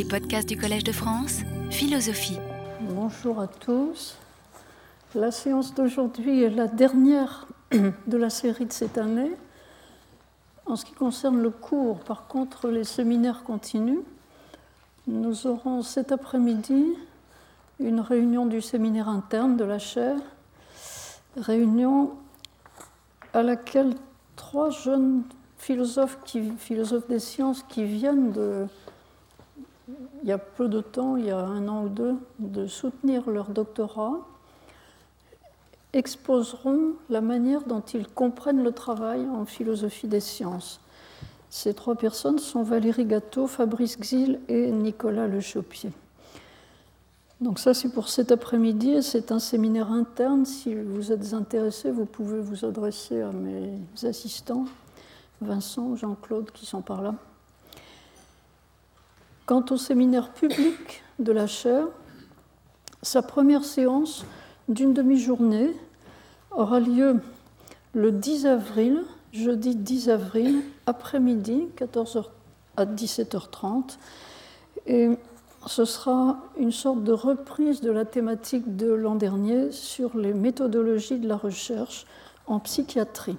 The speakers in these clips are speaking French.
les podcasts du Collège de France, Philosophie. Bonjour à tous. La séance d'aujourd'hui est la dernière de la série de cette année. En ce qui concerne le cours, par contre, les séminaires continuent. Nous aurons cet après-midi une réunion du séminaire interne de la chaire, réunion à laquelle 3 jeunes philosophes des sciences qui viennent il y a peu de temps, il y a 1 an ou 2, de soutenir leur doctorat, exposeront la manière dont ils comprennent le travail en philosophie des sciences. Ces 3 personnes sont Valérie Gâteau, Fabrice Gzil et Nicolas Lechopier. Donc ça, c'est pour cet après-midi, et c'est un séminaire interne. Si vous êtes intéressés, vous pouvez vous adresser à mes assistants, Vincent, Jean-Claude, qui sont par là. Quant au séminaire public de la chaire, sa première séance d'une demi-journée aura lieu le 10 avril, jeudi 10 avril, après-midi, 14h à 17h30. Et ce sera une sorte de reprise de la thématique de l'an dernier sur les méthodologies de la recherche en psychiatrie.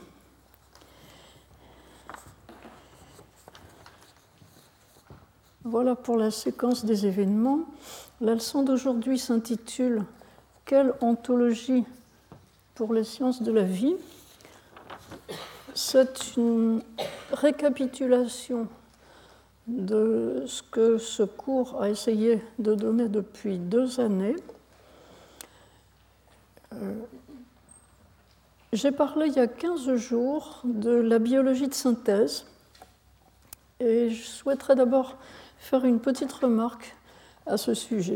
Voilà pour la séquence des événements. La leçon d'aujourd'hui s'intitule « Quelle ontologie pour les sciences de la vie ?» C'est une récapitulation de ce que ce cours a essayé de donner depuis 2 années. J'ai parlé il y a 15 jours de la biologie de synthèse et je souhaiterais d'abord faire une petite remarque à ce sujet.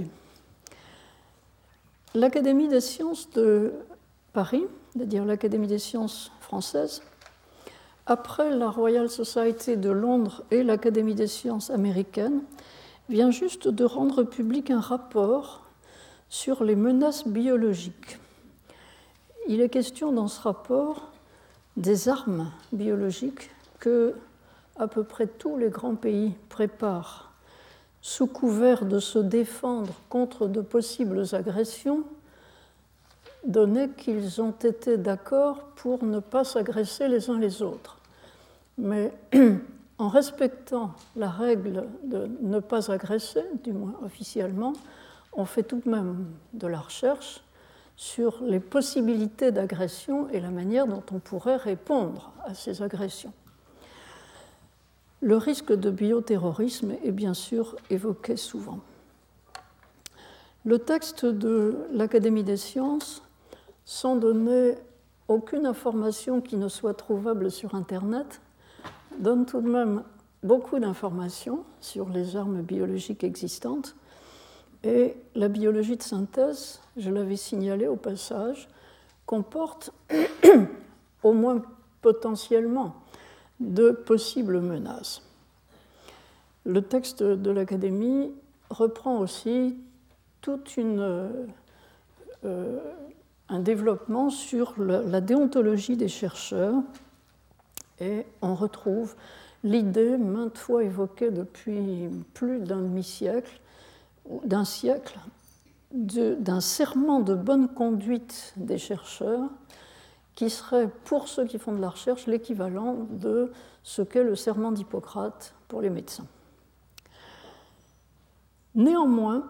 L'Académie des sciences de Paris, c'est-à-dire l'Académie des sciences française, après la Royal Society de Londres et l'Académie des sciences américaine, vient juste de rendre public un rapport sur les menaces biologiques. Il est question dans ce rapport des armes biologiques que à peu près tous les grands pays préparent sous couvert de se défendre contre de possibles agressions, donné qu'ils ont été d'accord pour ne pas s'agresser les uns les autres. Mais en respectant la règle de ne pas agresser, du moins officiellement, on fait tout de même de la recherche sur les possibilités d'agression et la manière dont on pourrait répondre à ces agressions. Le risque de bioterrorisme est bien sûr évoqué souvent. Le texte de l'Académie des sciences, sans donner aucune information qui ne soit trouvable sur Internet, donne tout de même beaucoup d'informations sur les armes biologiques existantes. Et la biologie de synthèse, je l'avais signalé au passage, comporte au moins potentiellement de possibles menaces. Le texte de l'Académie reprend aussi tout un développement sur la déontologie des chercheurs et on retrouve l'idée maintes fois évoquée depuis plus d'un demi-siècle, d'un siècle, d'un serment de bonne conduite des chercheurs qui serait, pour ceux qui font de la recherche, l'équivalent de ce qu'est le serment d'Hippocrate pour les médecins. Néanmoins,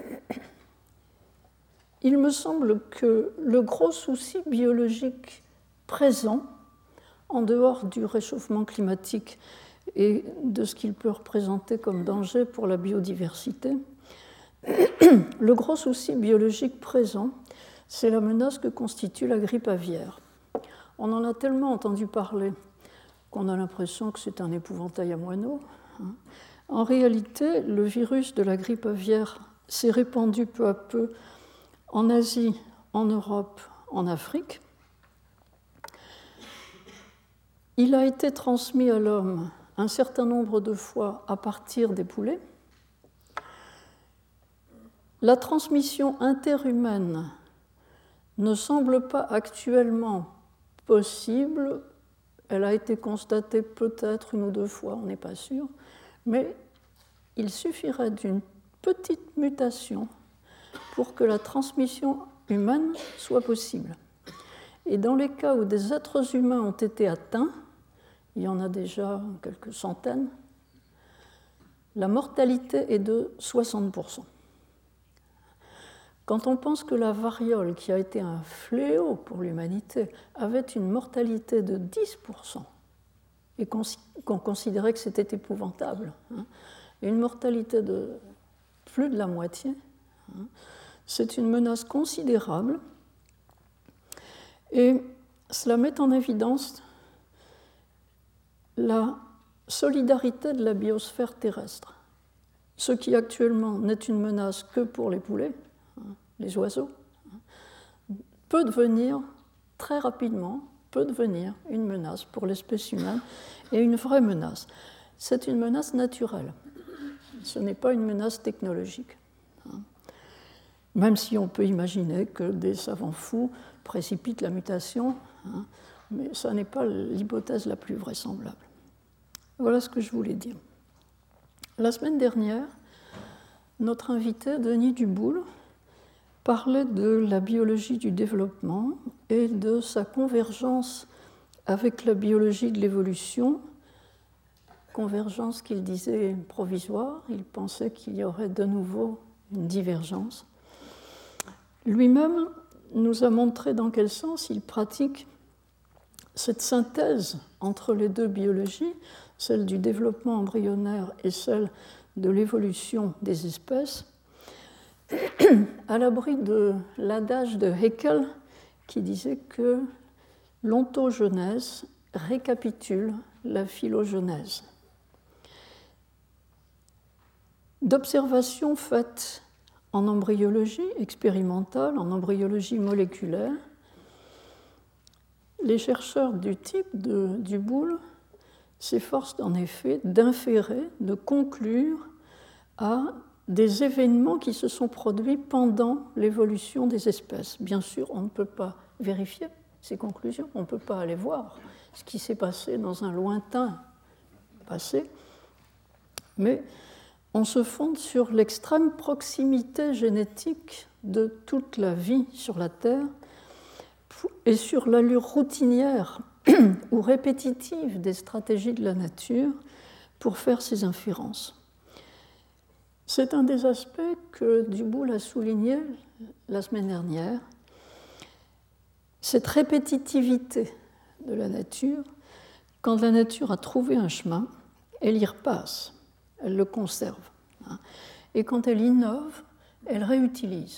il me semble que le gros souci biologique présent, en dehors du réchauffement climatique et de ce qu'il peut représenter comme danger pour la biodiversité, le gros souci biologique présent, c'est la menace que constitue la grippe aviaire. On en a tellement entendu parler qu'on a l'impression que c'est un épouvantail à moineaux. En réalité, le virus de la grippe aviaire s'est répandu peu à peu en Asie, en Europe, en Afrique. Il a été transmis à l'homme un certain nombre de fois à partir des poulets. La transmission interhumaine ne semble pas actuellement possible. Elle a été constatée peut-être 1 ou 2 fois, on n'est pas sûr, mais il suffirait d'une petite mutation pour que la transmission humaine soit possible. Et dans les cas où des êtres humains ont été atteints, il y en a déjà quelques centaines, la mortalité est de 60%. Quand on pense que la variole, qui a été un fléau pour l'humanité, avait une mortalité de 10%, et qu'on considérait que c'était épouvantable, une mortalité de plus de la moitié, c'est une menace considérable, et cela met en évidence la solidarité de la biosphère terrestre, ce qui actuellement n'est une menace que pour les poulets, les oiseaux, peut devenir très rapidement, peut devenir une menace pour l'espèce humaine et une vraie menace. C'est une menace naturelle, ce n'est pas une menace technologique. Même si on peut imaginer que des savants fous précipitent la mutation, mais ça n'est pas l'hypothèse la plus vraisemblable. Voilà ce que je voulais dire. La semaine dernière, notre invité, Denis Duboul, parlait de la biologie du développement et de sa convergence avec la biologie de l'évolution, convergence qu'il disait provisoire, il pensait qu'il y aurait de nouveau une divergence. Lui-même nous a montré dans quel sens il pratique cette synthèse entre les deux biologies, celle du développement embryonnaire et celle de l'évolution des espèces, à l'abri de l'adage de Haeckel qui disait que l'ontogenèse récapitule la phylogenèse. D'observations faites en embryologie expérimentale, en embryologie moléculaire, les chercheurs du type de Duboul s'efforcent en effet d'inférer, de conclure à des événements qui se sont produits pendant l'évolution des espèces. Bien sûr, on ne peut pas vérifier ces conclusions, on ne peut pas aller voir ce qui s'est passé dans un lointain passé, mais on se fonde sur l'extrême proximité génétique de toute la vie sur la Terre et sur l'allure routinière ou répétitive des stratégies de la nature pour faire ces inférences. C'est un des aspects que Duboul a souligné la semaine dernière, cette répétitivité de la nature. Quand la nature a trouvé un chemin, elle y repasse, elle le conserve. Et quand elle innove, elle réutilise.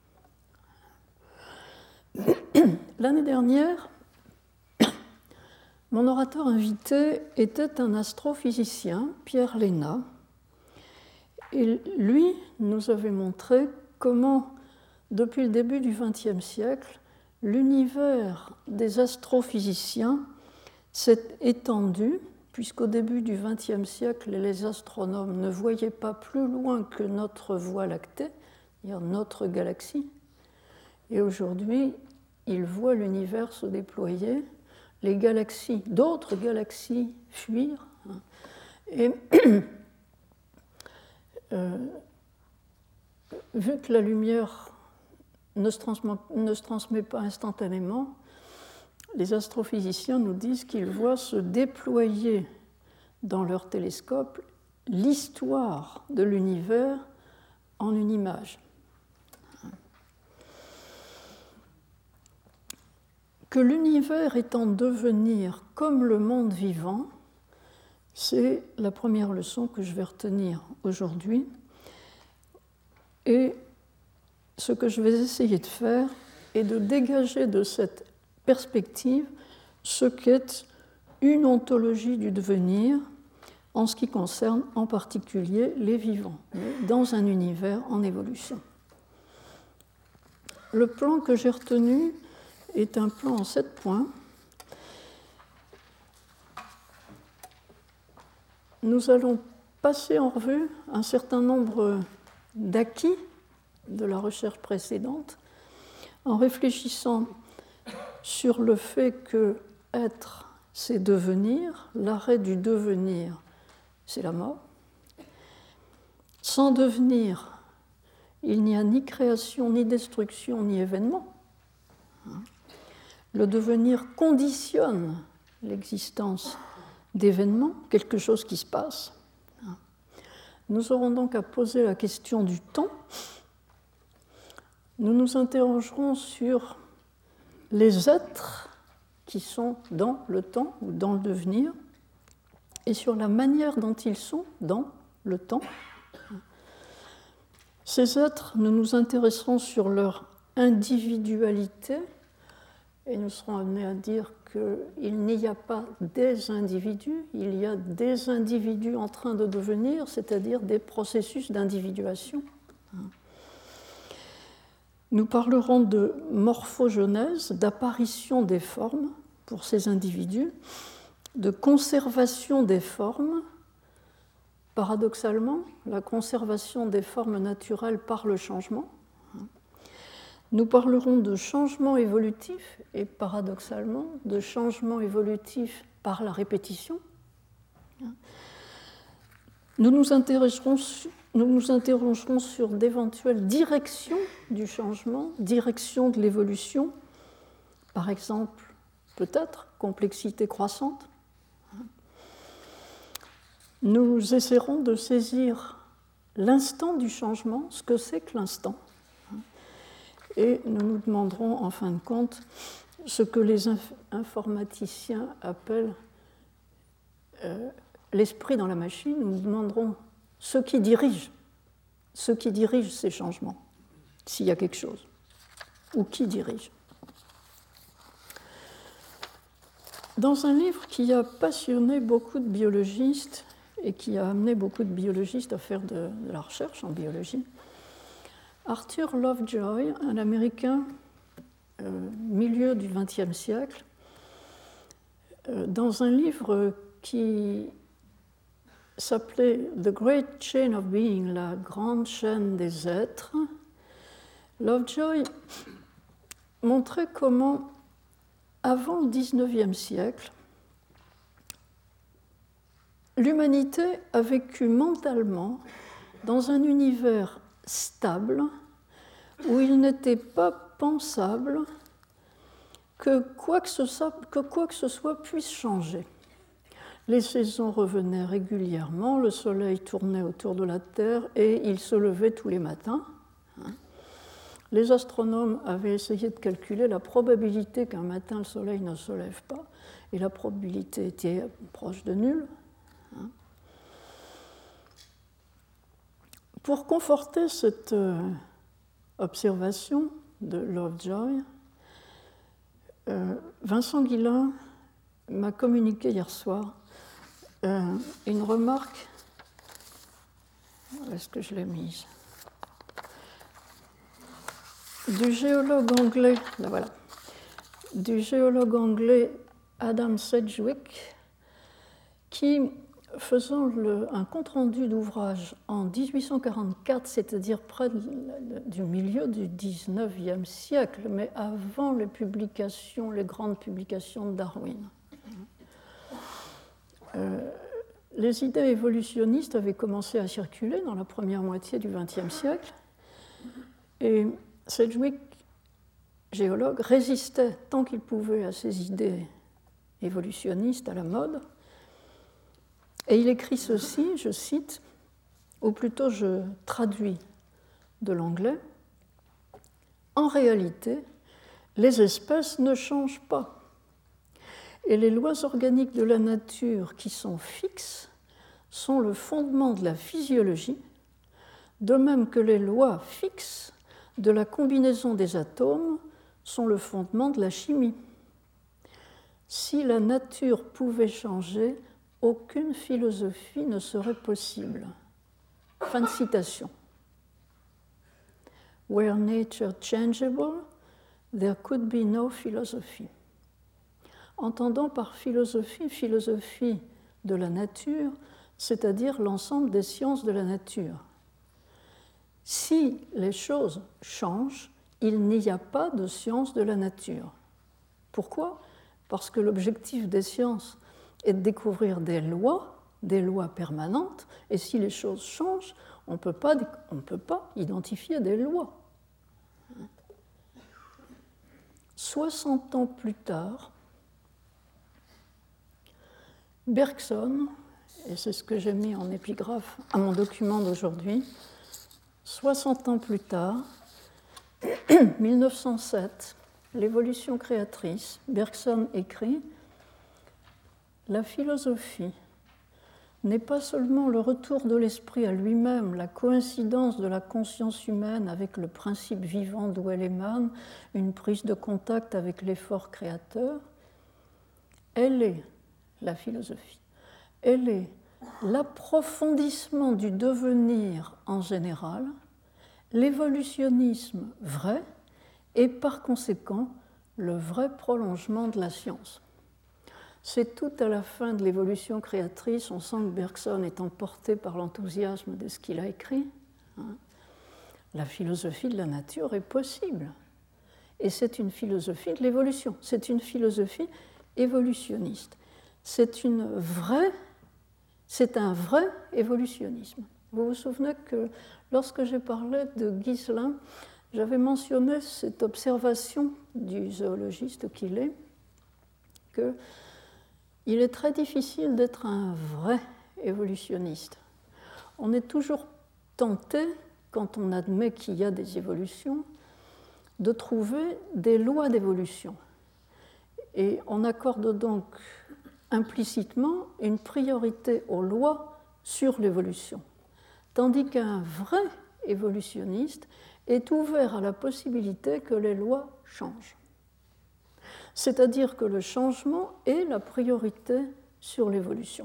L'année dernière, mon orateur invité était un astrophysicien, Pierre Léna, et lui nous avait montré comment, depuis le début du XXe siècle, l'univers des astrophysiciens s'est étendu, puisqu'au début du XXe siècle, les astronomes ne voyaient pas plus loin que notre Voie lactée, c'est-à-dire notre galaxie, et aujourd'hui, ils voient l'univers se déployer, les galaxies, d'autres galaxies fuir, et vu que la lumière ne se transmet pas instantanément, les astrophysiciens nous disent qu'ils voient se déployer dans leur télescope l'histoire de l'univers en une image. Que l'univers est en devenir comme le monde vivant, c'est la première leçon que je vais retenir aujourd'hui. Et ce que je vais essayer de faire est de dégager de cette perspective ce qu'est une ontologie du devenir en ce qui concerne en particulier les vivants, dans un univers en évolution. Le plan que j'ai retenu est un plan en 7 points. Nous allons passer en revue un certain nombre d'acquis de la recherche précédente en réfléchissant sur le fait que être, c'est devenir, l'arrêt du devenir, c'est la mort. Sans devenir, il n'y a ni création, ni destruction, ni événement. Le devenir conditionne l'existence d'événements, quelque chose qui se passe. Nous aurons donc à poser la question du temps. Nous nous interrogerons sur les êtres qui sont dans le temps ou dans le devenir et sur la manière dont ils sont dans le temps. Ces êtres, nous nous intéresserons sur leur individualité et nous serons amenés à dire qu'il n'y a pas des individus, il y a des individus en train de devenir, c'est-à-dire des processus d'individuation. Nous parlerons de morphogenèse, d'apparition des formes pour ces individus, de conservation des formes. Paradoxalement, la conservation des formes naturelles par le changement. Nous parlerons de changement évolutif et paradoxalement de changement évolutif par la répétition. Nous nous interrogerons sur d'éventuelles directions du changement, directions de l'évolution, par exemple, peut-être, complexité croissante. Nous essaierons de saisir l'instant du changement, ce que c'est que l'instant. Et nous nous demanderons, en fin de compte, ce que les informaticiens appellent l'esprit dans la machine. Nous nous demanderons ce qui dirige ces changements, s'il y a quelque chose, ou qui dirige. Dans un livre qui a passionné beaucoup de biologistes et qui a amené beaucoup de biologistes à faire de la recherche en biologie, Arthur Lovejoy, un Américain milieu du XXe siècle, dans un livre qui s'appelait The Great Chain of Being, la grande chaîne des êtres, Lovejoy montrait comment, avant le XIXe siècle, l'humanité a vécu mentalement dans un univers stable où il n'était pas pensable que quoi que ce soit puisse changer. Les saisons revenaient régulièrement, le soleil tournait autour de la Terre et il se levait tous les matins. Les astronomes avaient essayé de calculer la probabilité qu'un matin le soleil ne se lève pas, et la probabilité était proche de nulle. Pour conforter cette observation de Lovejoy, Vincent Guillain m'a communiqué hier soir une remarque. Où est-ce que je l'ai mise ? Du géologue anglais, là voilà, du géologue anglais Adam Sedgwick, qui, faisant un compte-rendu d'ouvrage en 1844, c'est-à-dire près du milieu du XIXe siècle, mais avant les grandes publications de Darwin. Les idées évolutionnistes avaient commencé à circuler dans la première moitié du XXe siècle, et Sedgwick, géologue, résistait tant qu'il pouvait à ces idées évolutionnistes à la mode. Et il écrit ceci, je cite, ou plutôt je traduis de l'anglais. En réalité, les espèces ne changent pas. Et les lois organiques de la nature qui sont fixes sont le fondement de la physiologie, de même que les lois fixes de la combinaison des atomes sont le fondement de la chimie. Si la nature pouvait changer, aucune philosophie ne serait possible. Fin de citation. Were nature changeable, there could be no philosophy. Entendant par philosophie de la nature, c'est-à-dire l'ensemble des sciences de la nature. Si les choses changent, il n'y a pas de science de la nature. Pourquoi ? Parce que l'objectif des sciences est de découvrir des lois permanentes, et si les choses changent, On ne peut pas identifier des lois. 60 ans plus tard, Bergson, et c'est ce que j'ai mis en épigraphe à mon document d'aujourd'hui, 60 ans plus tard, 1907, l'évolution créatrice, Bergson écrit « La philosophie n'est pas seulement le retour de l'esprit à lui-même, la coïncidence de la conscience humaine avec le principe vivant d'où elle émane, une prise de contact avec l'effort créateur. Elle est, la philosophie, elle est l'approfondissement du devenir en général, l'évolutionnisme vrai et par conséquent le vrai prolongement de la science. » C'est tout à la fin de l'évolution créatrice, on sent que Bergson est emporté par l'enthousiasme de ce qu'il a écrit. La philosophie de la nature est possible. Et c'est une philosophie de l'évolution, c'est une philosophie évolutionniste. C'est un vrai évolutionnisme. Vous vous souvenez que lorsque j'ai parlé de Ghiselin, j'avais mentionné cette observation du zoologiste qu'il est, qu'il est très difficile d'être un vrai évolutionniste. On est toujours tenté, quand on admet qu'il y a des évolutions, de trouver des lois d'évolution. Et on accorde donc implicitement une priorité aux lois sur l'évolution. Tandis qu'un vrai évolutionniste est ouvert à la possibilité que les lois changent. C'est-à-dire que le changement est la priorité sur l'évolution.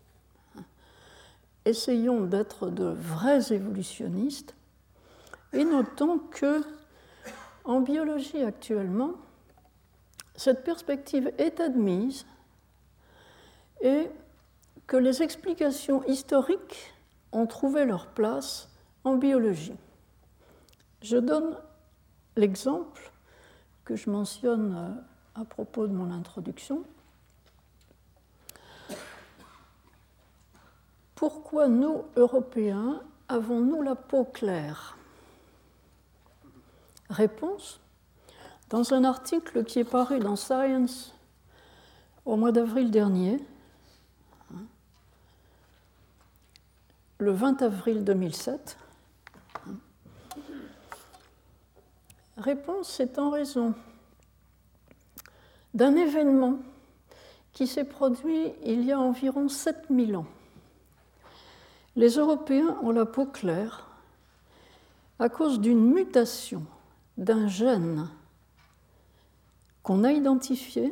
Essayons d'être de vrais évolutionnistes et notons que, en biologie actuellement, cette perspective est admise et que les explications historiques ont trouvé leur place en biologie. Je donne l'exemple que je mentionne à propos de mon introduction. Pourquoi nous, Européens, avons-nous la peau claire ? Réponse : dans un article qui est paru dans Science au mois d'avril dernier, le 20 avril 2007, réponse, c'est en raison d'un événement qui s'est produit il y a environ 7000 ans. Les Européens ont la peau claire à cause d'une mutation d'un gène qu'on a identifié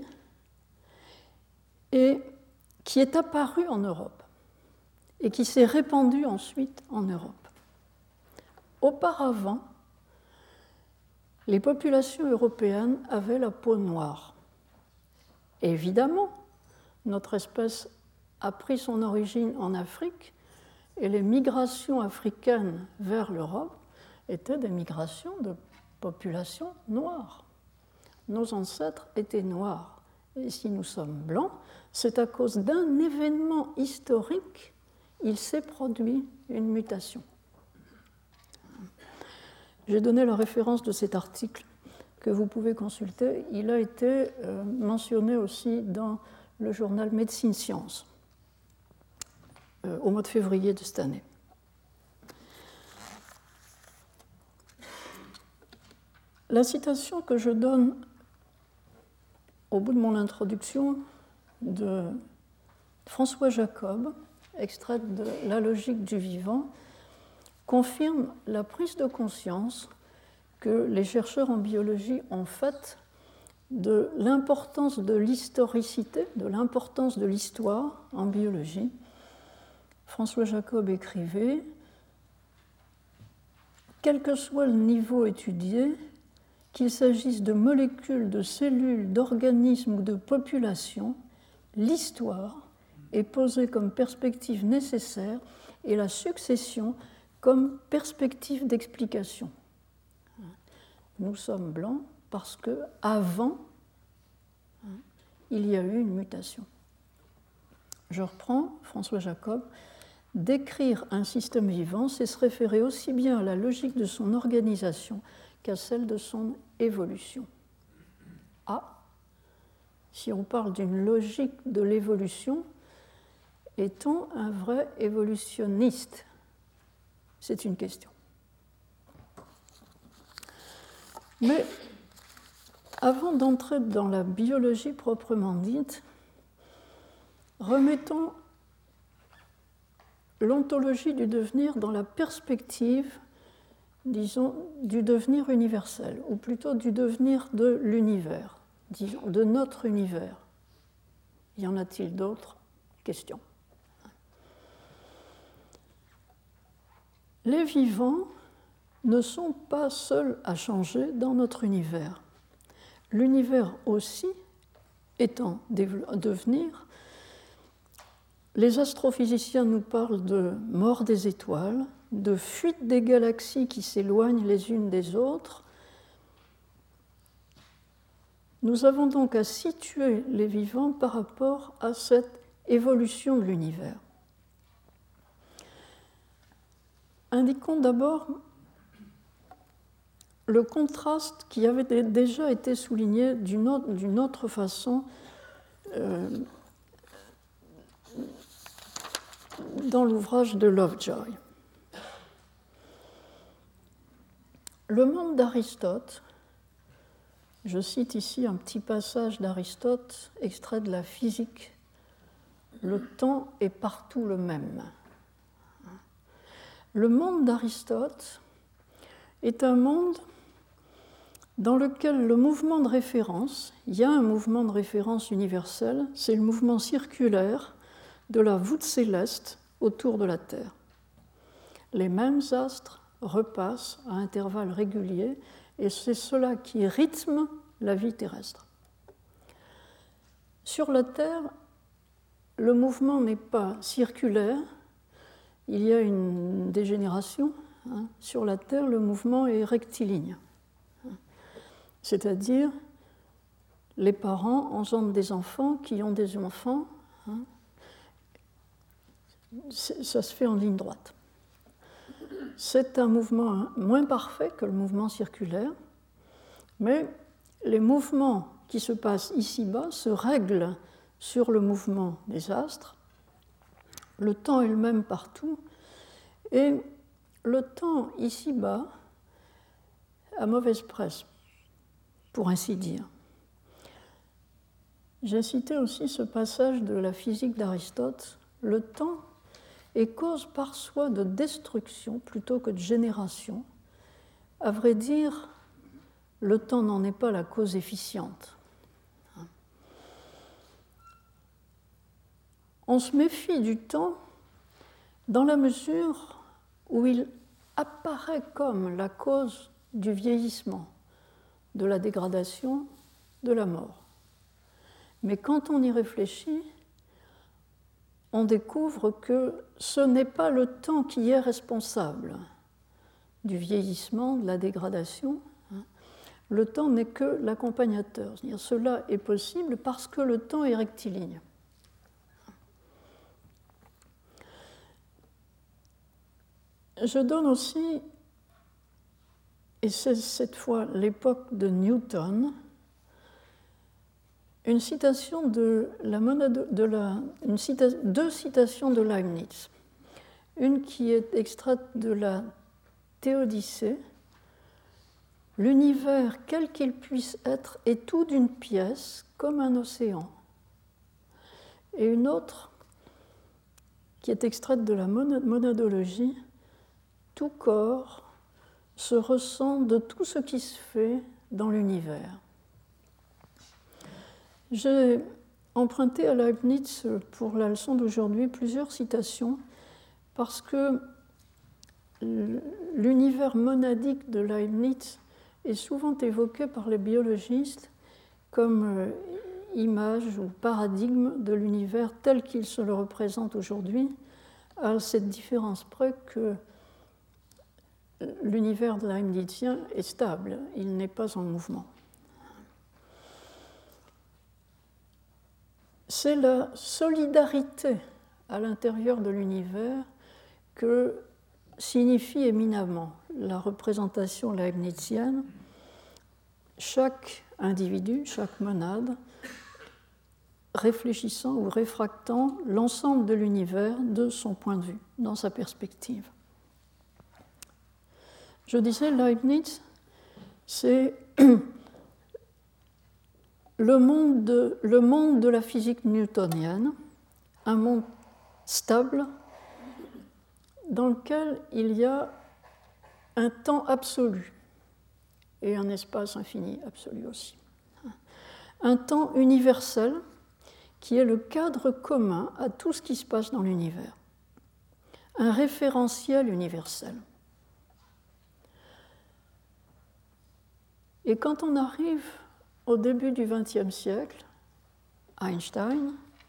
et qui est apparu en Europe et qui s'est répandu ensuite en Europe. Auparavant, les populations européennes avaient la peau noire. Évidemment, notre espèce a pris son origine en Afrique et les migrations africaines vers l'Europe étaient des migrations de populations noires. Nos ancêtres étaient noirs. Et si nous sommes blancs, c'est à cause d'un événement historique, il s'est produit une mutation. J'ai donné la référence de cet article que vous pouvez consulter. Il a été mentionné aussi dans le journal Médecine Science au mois de février de cette année. La citation que je donne au bout de mon introduction de François Jacob, extraite de La logique du vivant, confirme la prise de conscience que les chercheurs en biologie ont faite de l'importance de l'historicité, de l'importance de l'histoire en biologie. François Jacob écrivait « Quel que soit le niveau étudié, qu'il s'agisse de molécules, de cellules, d'organismes ou de populations, l'histoire est posée comme perspective nécessaire et la succession comme perspective d'explication. » Nous sommes blancs parce qu'avant, il y a eu une mutation. Je reprends François Jacob. décrire un système vivant, c'est se référer aussi bien à la logique de son organisation qu'à celle de son évolution. Ah, si on parle d'une logique de l'évolution, est-on un vrai évolutionniste? C'est une question. Mais avant d'entrer dans la biologie proprement dite, remettons l'ontologie du devenir dans la perspective, disons, du devenir universel, ou plutôt du devenir de l'univers, disons, de notre univers. Y en a-t-il d'autres? Question. Les vivants ne sont pas seuls à changer dans notre univers. L'univers aussi est en devenir. Les astrophysiciens nous parlent de mort des étoiles, de fuite des galaxies qui s'éloignent les unes des autres. Nous avons donc à situer les vivants par rapport à cette évolution de l'univers. Indiquons d'abord le contraste qui avait déjà été souligné d'une autre façon dans l'ouvrage de Lovejoy. Le monde d'Aristote, je cite ici un petit passage d'Aristote extrait de la Physique, le temps est partout le même. Le monde d'Aristote est un monde dans lequel le mouvement de référence, il y a un mouvement de référence universel, c'est le mouvement circulaire de la voûte céleste autour de la Terre. Les mêmes astres repassent à intervalles réguliers et c'est cela qui rythme la vie terrestre. Sur la Terre, le mouvement n'est pas circulaire, il y a une dégénération. Sur la Terre, le mouvement est rectiligne. C'est-à-dire, les parents engendrent des enfants qui ont des enfants. Ça se fait en ligne droite. C'est un mouvement moins parfait que le mouvement circulaire, mais les mouvements qui se passent ici-bas se règlent sur le mouvement des astres. Le temps est le même partout, et le temps ici-bas a mauvaise presse, pour ainsi dire. J'ai cité aussi ce passage de la Physique d'Aristote. Le temps est cause par soi de destruction plutôt que de génération. À vrai dire, le temps n'en est pas la cause efficiente. On se méfie du temps dans la mesure où il apparaît comme la cause du vieillissement, de la dégradation, de la mort. Mais quand on y réfléchit, on découvre que ce n'est pas le temps qui est responsable du vieillissement, de la dégradation. Le temps n'est que l'accompagnateur. C'est-à-dire, cela est possible parce que le temps est rectiligne. Je donne aussi, et c'est cette fois l'époque de Newton, une citation de deux citations de Leibniz. Une qui est extraite de la Théodicée. L'univers, quel qu'il puisse être, est tout d'une pièce, comme un océan. Et une autre qui est extraite de la monadologie. Tout corps se ressent de tout ce qui se fait dans l'univers. J'ai emprunté à Leibniz pour la leçon d'aujourd'hui plusieurs citations parce que l'univers monadique de Leibniz est souvent évoqué par les biologistes comme image ou paradigme de l'univers tel qu'il se le représente aujourd'hui, à cette différence près que l'univers leibnizien est stable, il n'est pas en mouvement. C'est la solidarité à l'intérieur de l'univers que signifie éminemment la représentation leibnizienne. Chaque individu, chaque monade, réfléchissant ou réfractant l'ensemble de l'univers de son point de vue, dans sa perspective. Je disais, Leibniz, c'est le monde de la physique newtonienne, un monde stable dans lequel il y a un temps absolu et un espace infini absolu aussi. Un temps universel qui est le cadre commun à tout ce qui se passe dans l'univers. Un référentiel universel. Et quand on arrive au début du XXe siècle, Einstein,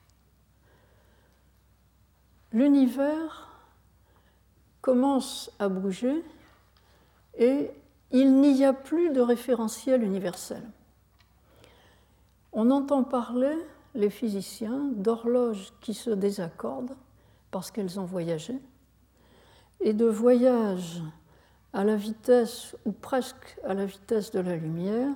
l'univers commence à bouger et il n'y a plus de référentiel universel. On entend parler, les physiciens, d'horloges qui se désaccordent parce qu'elles ont voyagé et de voyages à la vitesse, ou presque à la vitesse de la lumière,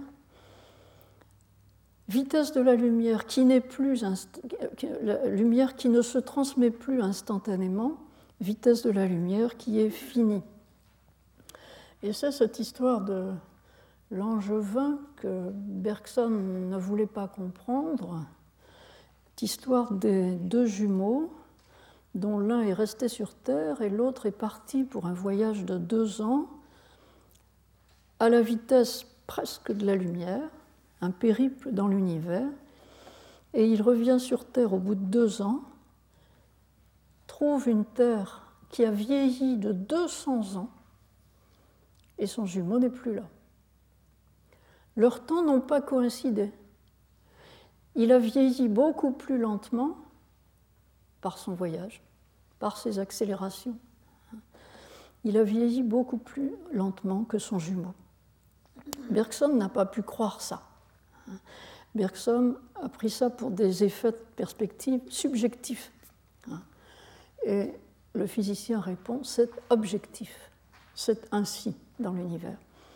vitesse de la lumière qui n'est plus la lumière qui ne se transmet plus instantanément, vitesse de la lumière qui est finie. Et c'est cette histoire de Langevin que Bergson ne voulait pas comprendre, cette histoire des deux jumeaux dont l'un est resté sur Terre et l'autre est parti pour un voyage de 2 ans à la vitesse presque de la lumière, un périple dans l'univers, et il revient sur Terre au bout de 2 ans, trouve une Terre qui a vieilli de 200 ans, et son jumeau n'est plus là. Leurs temps n'ont pas coïncidé. Il a vieilli beaucoup plus lentement par son voyage, par ses accélérations. Il a vieilli beaucoup plus lentement que son jumeau. Bergson n'a pas pu croire ça. Bergson a pris ça pour des effets de perspective subjectifs. Et le physicien répond, c'est objectif, c'est ainsi dans l'univers.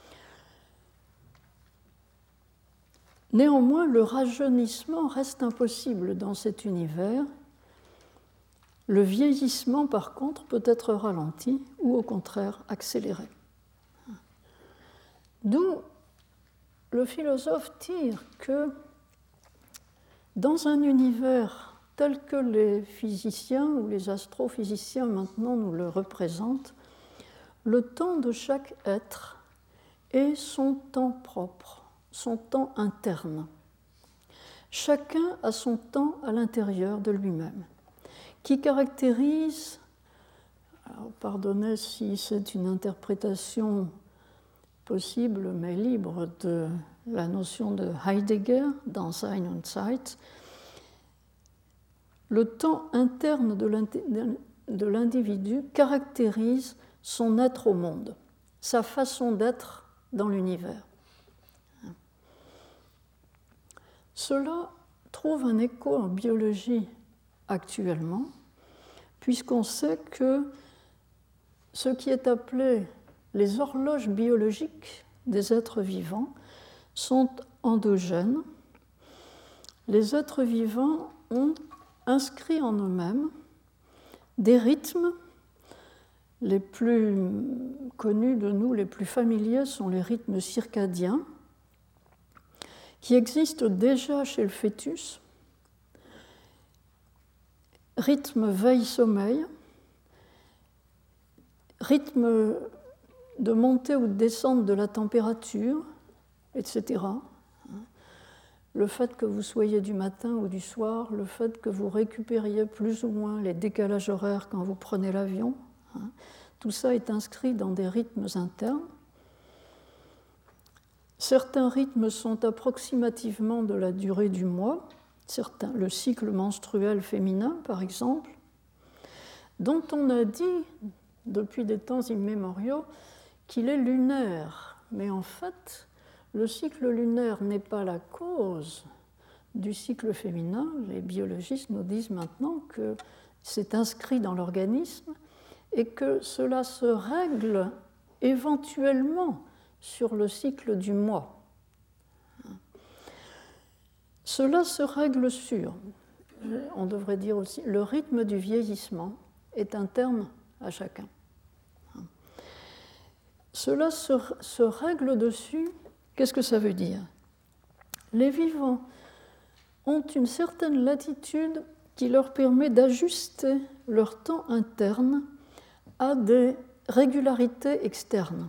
Néanmoins, le rajeunissement reste impossible dans cet univers. Le vieillissement, par contre, peut être ralenti ou au contraire accéléré. D'où le philosophe tire que dans un univers tel que les physiciens ou les astrophysiciens maintenant nous le représentent, le temps de chaque être est son temps propre, son temps interne. Chacun a son temps à l'intérieur de lui-même, qui caractérise, alors pardonnez si c'est une interprétation possible mais libre de la notion de Heidegger dans Sein und Zeit, le temps interne de l'individu caractérise son être au monde, sa façon d'être dans l'univers. Cela trouve un écho en biologie actuellement, puisqu'on sait que ce qui est appelé les horloges biologiques des êtres vivants sont endogènes. Les êtres vivants ont inscrit en eux-mêmes des rythmes. Les plus connus de nous, les plus familiers, sont les rythmes circadiens, qui existent déjà chez le fœtus. Rythme veille-sommeil, rythme de montée ou de descente de la température, etc. Le fait que vous soyez du matin ou du soir, le fait que vous récupériez plus ou moins les décalages horaires quand vous prenez l'avion, tout ça est inscrit dans des rythmes internes. Certains rythmes sont approximativement de la durée du mois, le cycle menstruel féminin par exemple, dont on a dit depuis des temps immémoriaux qu'il est lunaire. Mais en fait, le cycle lunaire n'est pas la cause du cycle féminin. Les biologistes nous disent maintenant que c'est inscrit dans l'organisme et que cela se règle éventuellement sur le cycle du mois. Cela se règle sur, on devrait dire aussi, le rythme du vieillissement est interne à chacun. Cela se règle dessus, qu'est-ce que ça veut dire? Les vivants ont une certaine latitude qui leur permet d'ajuster leur temps interne à des régularités externes.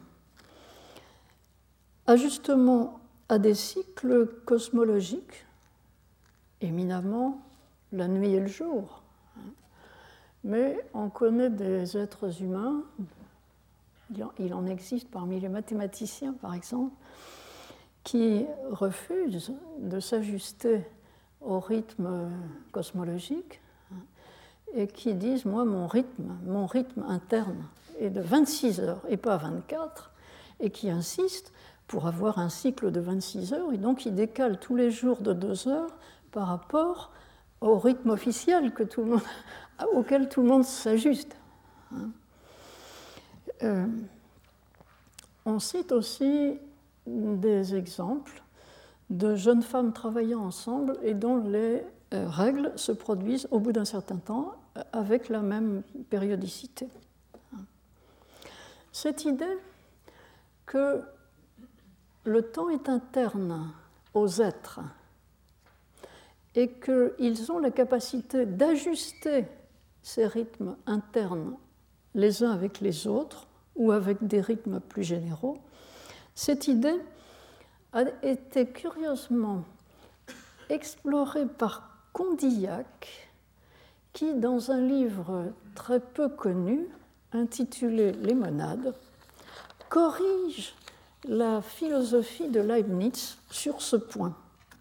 Ajustement à des cycles cosmologiques, éminemment la nuit et le jour. Mais on connaît des êtres humains, il en existe parmi les mathématiciens par exemple, qui refusent de s'ajuster au rythme cosmologique et qui disent « moi, mon rythme interne est de 26 heures et pas 24 » et qui insistent pour avoir un cycle de 26 heures et donc ils décalent tous les jours de 2 heures par rapport au rythme officiel auquel tout le monde s'ajuste. On cite aussi des exemples de jeunes femmes travaillant ensemble et dont les règles se produisent au bout d'un certain temps avec la même périodicité. Cette idée que le temps est interne aux êtres et qu'ils ont la capacité d'ajuster ces rythmes internes les uns avec les autres ou avec des rythmes plus généraux, cette idée a été curieusement explorée par Condillac, qui, dans un livre très peu connu, intitulé Les Monades, corrige la philosophie de Leibniz sur ce point.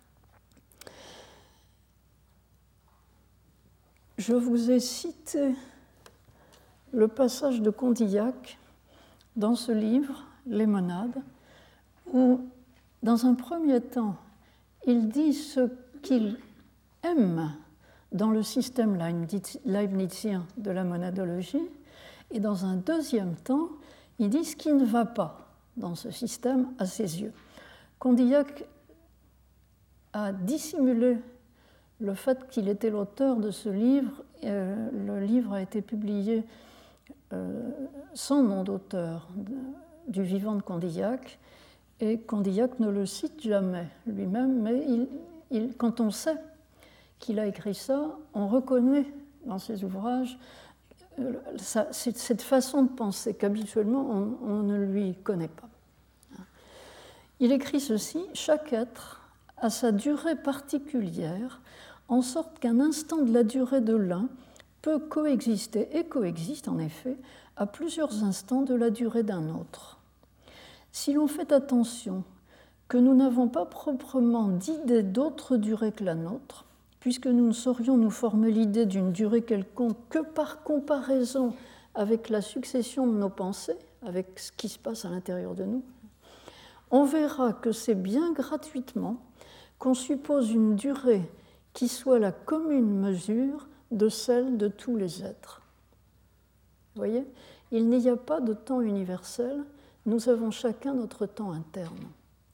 Je vous ai cité le passage de Condillac dans ce livre, Les Monades, où, dans un premier temps, il dit ce qu'il aime dans le système leibnizien de la monadologie, et dans un deuxième temps, il dit ce qui ne va pas dans ce système à ses yeux. Condillac a dissimulé le fait qu'il était l'auteur de ce livre. Le livre a été publié sans nom d'auteur du vivant de Condillac, et Condillac ne le cite jamais lui-même, mais quand on sait qu'il a écrit ça, on reconnaît dans ses ouvrages cette façon de penser qu'habituellement on ne lui connaît pas. Il écrit ceci: « Chaque être a sa durée particulière, en sorte qu'un instant de la durée de l'un peut coexister, et coexiste en effet, à plusieurs instants de la durée d'un autre. Si l'on fait attention que nous n'avons pas proprement d'idée d'autre durée que la nôtre, puisque nous ne saurions nous former l'idée d'une durée quelconque que par comparaison avec la succession de nos pensées, avec ce qui se passe à l'intérieur de nous, on verra que c'est bien gratuitement qu'on suppose une durée qui soit la commune mesure de celle de tous les êtres. » Vous voyez, il n'y a pas de temps universel, nous avons chacun notre temps interne.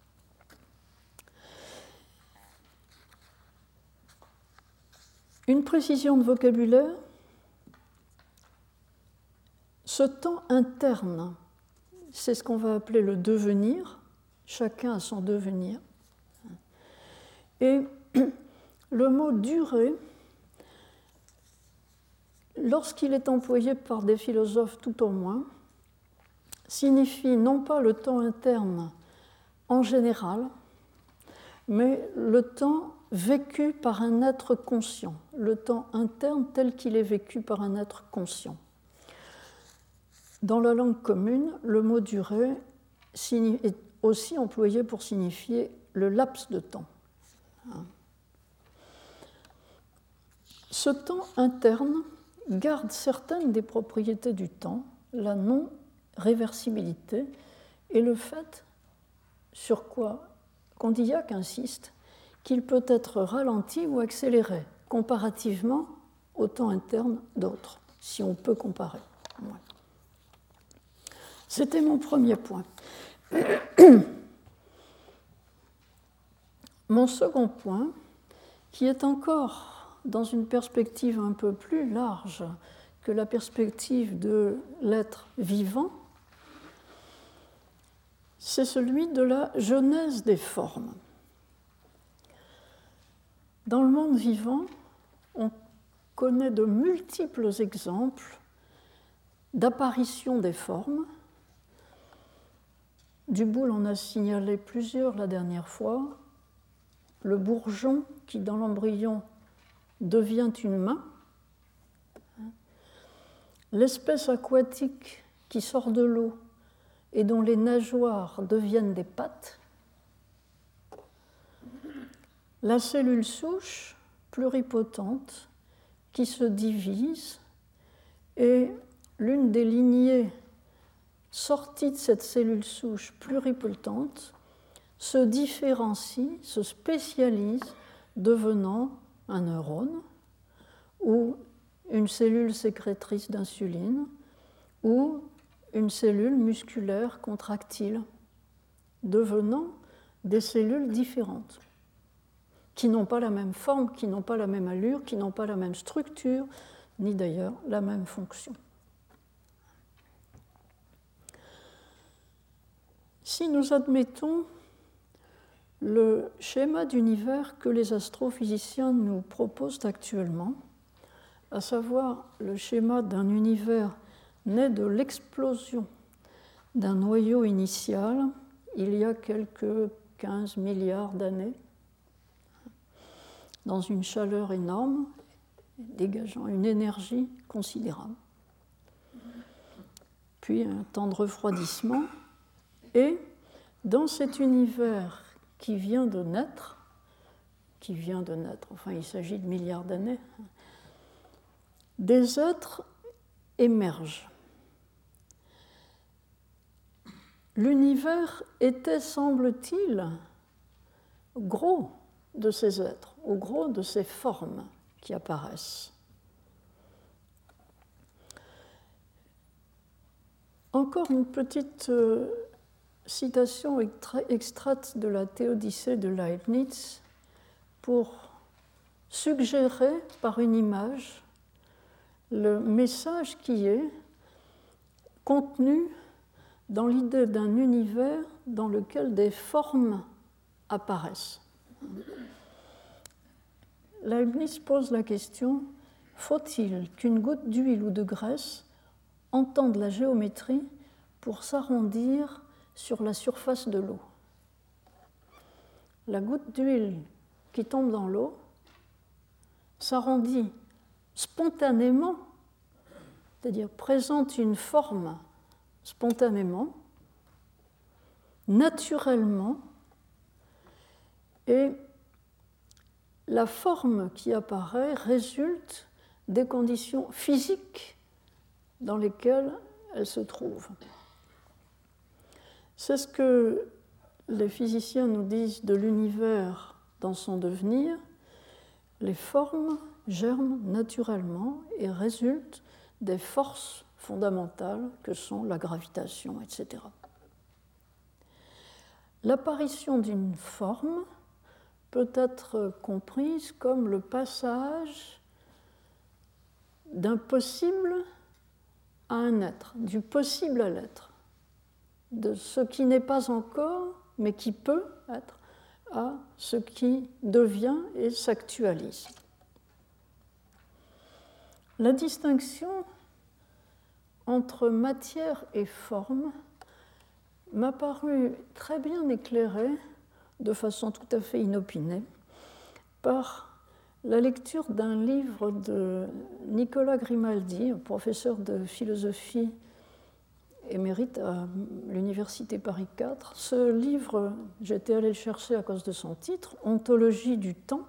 Une précision de vocabulaire, ce temps interne, c'est ce qu'on va appeler le devenir, chacun a son devenir. Et le mot durée, lorsqu'il est employé par des philosophes tout au moins, signifie non pas le temps interne en général, mais le temps vécu par un être conscient, le temps interne tel qu'il est vécu par un être conscient. Dans la langue commune, le mot durée est aussi employé pour signifier le laps de temps. Ce temps interne garde certaines des propriétés du temps, la non-réversibilité et le fait sur quoi Condillac insiste, qu'il peut être ralenti ou accéléré comparativement au temps interne d'autres, si on peut comparer. Ouais. C'était mon premier point. Mon second point, qui est encore dans une perspective un peu plus large que la perspective de l'être vivant, c'est celui de la genèse des formes. Dans le monde vivant, on connaît de multiples exemples d'apparition des formes. Duboul en a signalé plusieurs la dernière fois. Le bourgeon qui, dans l'embryon, devient une main. L'espèce aquatique qui sort de l'eau et dont les nageoires deviennent des pattes. La cellule souche pluripotente qui se divise et l'une des lignées sorties de cette cellule souche pluripotente se différencie, se spécialise, devenant un neurone ou une cellule sécrétrice d'insuline ou une cellule musculaire contractile, devenant des cellules différentes, qui n'ont pas la même forme, qui n'ont pas la même allure, qui n'ont pas la même structure, ni d'ailleurs la même fonction. Si nous admettons le schéma d'univers que les astrophysiciens nous proposent actuellement, à savoir le schéma d'un univers né de l'explosion d'un noyau initial il y a quelques 15 milliards d'années, dans une chaleur énorme, dégageant une énergie considérable. Puis un temps de refroidissement, et dans cet univers qui vient de naître, enfin il s'agit de milliards d'années, des êtres émergent. L'univers était, semble-t-il, gros de ces êtres, ou gros de ces formes qui apparaissent. Encore une petite citation extraite de la Théodicée de Leibniz pour suggérer par une image le message qui est contenu dans l'idée d'un univers dans lequel des formes apparaissent. Leibniz pose la question: faut-il qu'une goutte d'huile ou de graisse entende la géométrie pour s'arrondir sur la surface de l'eau? La goutte d'huile qui tombe dans l'eau s'arrondit spontanément, c'est-à-dire présente une forme spontanément, naturellement, et la forme qui apparaît résulte des conditions physiques dans lesquelles elle se trouve. C'est ce que les physiciens nous disent de l'univers dans son devenir. Les formes germent naturellement et résultent des forces fondamentales que sont la gravitation, etc. L'apparition d'une forme peut être comprise comme le passage d'un possible à un être, du possible à l'être, de ce qui n'est pas encore, mais qui peut être, à ce qui devient et s'actualise. La distinction entre matière et forme m'a paru très bien éclairée, de façon tout à fait inopinée, par la lecture d'un livre de Nicolas Grimaldi, professeur de philosophie émérite à l'Université Paris IV. Ce livre, j'étais allée le chercher à cause de son titre, Ontologie du temps.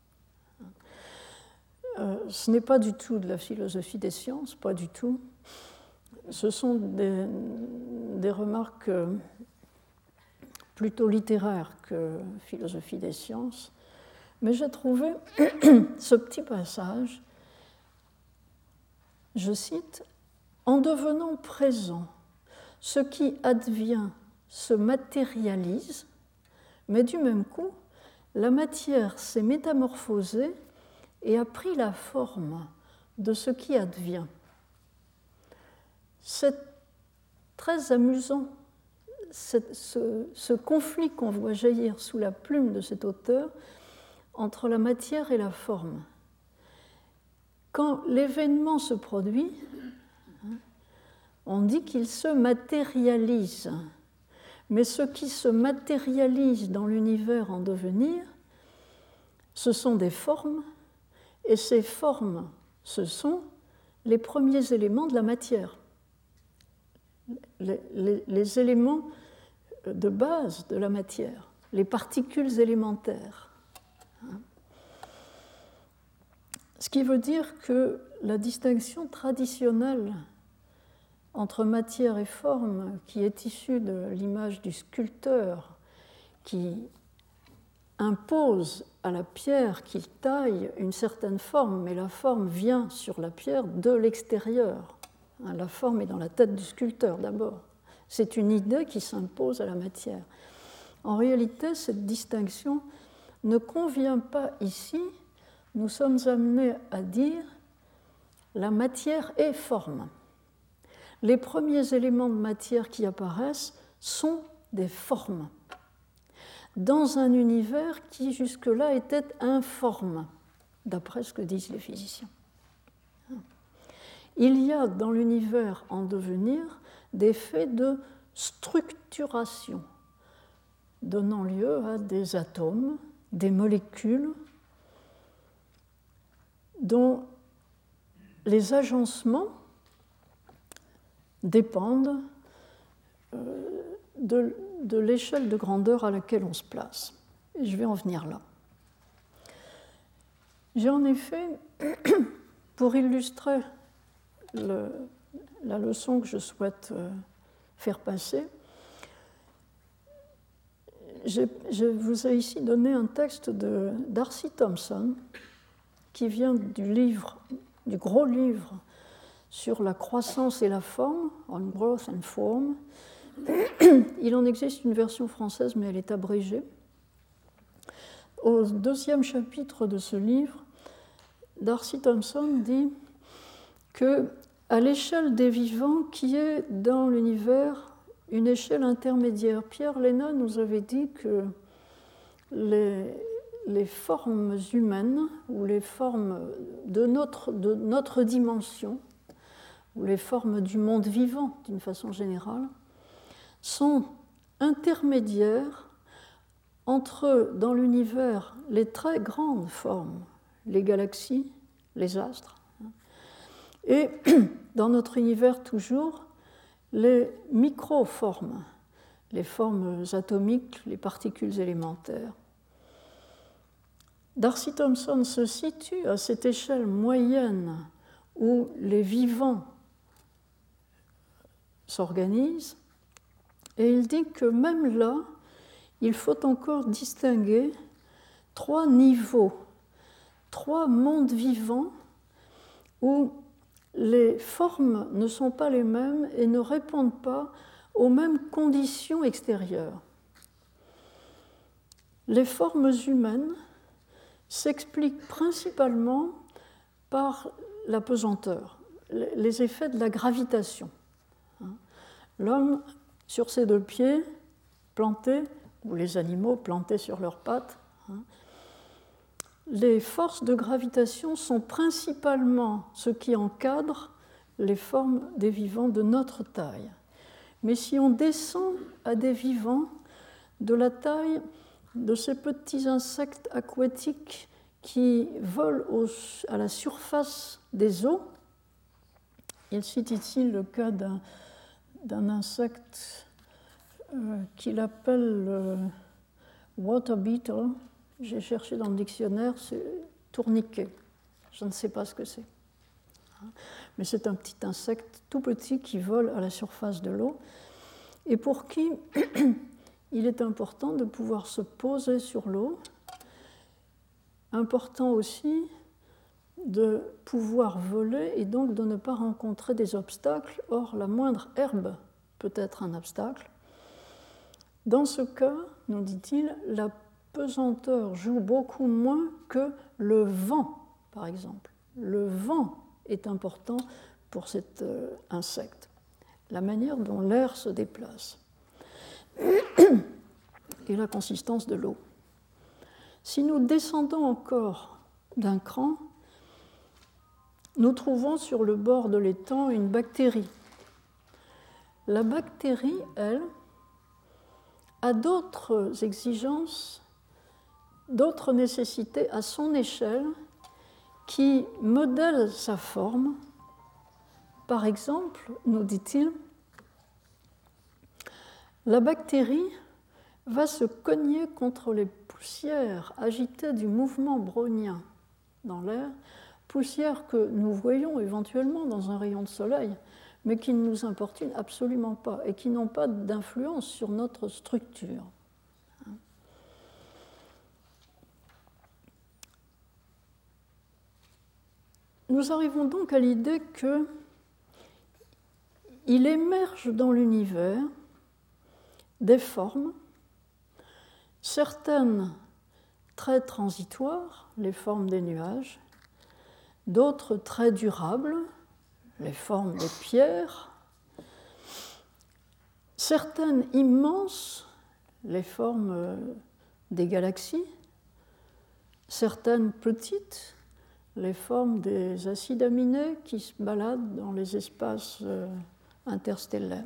Ce n'est pas du tout de la philosophie des sciences, pas du tout. Ce sont des remarques plutôt littéraires que philosophie des sciences. Mais j'ai trouvé ce petit passage, je cite, « En devenant présent ce qui advient se matérialise, mais du même coup, la matière s'est métamorphosée et a pris la forme de ce qui advient. C'est très amusant, ce conflit qu'on voit jaillir sous la plume de cet auteur entre la matière et la forme. Quand l'événement se produit, on dit qu'il se matérialise. Mais ce qui se matérialise dans l'univers en devenir, ce sont des formes, et ces formes, ce sont les premiers éléments de la matière, les éléments de base de la matière, les particules élémentaires. Ce qui veut dire que la distinction traditionnelle entre matière et forme, qui est issue de l'image du sculpteur, qui impose à la pierre qu'il taille une certaine forme, mais la forme vient sur la pierre de l'extérieur. La forme est dans la tête du sculpteur d'abord. C'est une idée qui s'impose à la matière. En réalité, cette distinction ne convient pas ici. Nous sommes amenés à dire la matière est forme. Les premiers éléments de matière qui apparaissent sont des formes, dans un univers qui jusque-là était informe, d'après ce que disent les physiciens. Il y a dans l'univers en devenir des faits de structuration, donnant lieu à des atomes, des molécules, dont les agencements dépendent de l'échelle de grandeur à laquelle on se place. Et je vais en venir là. J'ai en effet, pour illustrer la leçon que je souhaite faire passer, je vous ai ici donné un texte de D'Arcy Thompson qui vient du gros livre sur la croissance et la forme, On Growth and Form. Il en existe une version française, mais elle est abrégée. Au deuxième chapitre de ce livre, D'Arcy Thompson dit que, à l'échelle des vivants, qui est dans l'univers une échelle intermédiaire, Pierre Léna nous avait dit que les formes humaines, ou les formes de notre dimension, ou les formes du monde vivant d'une façon générale, sont intermédiaires entre, dans l'univers, les très grandes formes, les galaxies, les astres, et dans notre univers toujours, les microformes, les formes atomiques, les particules élémentaires. D'Arcy Thompson se situe à cette échelle moyenne où les vivants s'organisent, et il dit que même là, il faut encore distinguer 3 niveaux, 3 mondes vivants où les formes ne sont pas les mêmes et ne répondent pas aux mêmes conditions extérieures. Les formes humaines s'expliquent principalement par la pesanteur, les effets de la gravitation. L'homme, sur ses 2 pieds, planté, ou les animaux plantés sur leurs pattes, les forces de gravitation sont principalement ce qui encadre les formes des vivants de notre taille. Mais si on descend à des vivants de la taille de ces petits insectes aquatiques qui volent à la surface des eaux, il cite ici le cas d'un insecte qu'il appelle le water beetle. J'ai cherché dans le dictionnaire, c'est tourniquet. Je ne sais pas ce que c'est. Mais c'est un petit insecte tout petit qui vole à la surface de l'eau et pour qui il est important de pouvoir se poser sur l'eau. Important aussi de pouvoir voler et donc de ne pas rencontrer des obstacles. Or, la moindre herbe peut être un obstacle. Dans ce cas, nous dit-il, la pesanteur joue beaucoup moins que le vent, par exemple. Le vent est important pour cet insecte, la manière dont l'air se déplace et la consistance de l'eau. Si nous descendons encore d'un cran, nous trouvons sur le bord de l'étang une bactérie. La bactérie, elle, a d'autres exigences, d'autres nécessités à son échelle qui modèlent sa forme. Par exemple, nous dit-il, la bactérie va se cogner contre les poussières agitées du mouvement brownien dans l'air, poussières que nous voyons éventuellement dans un rayon de soleil, mais qui ne nous importunent absolument pas et qui n'ont pas d'influence sur notre structure. Nous arrivons donc à l'idée qu'il émerge dans l'univers des formes, certaines très transitoires, les formes des nuages, d'autres très durables, les formes des pierres, certaines immenses, les formes des galaxies, certaines petites, les formes des acides aminés qui se baladent dans les espaces interstellaires.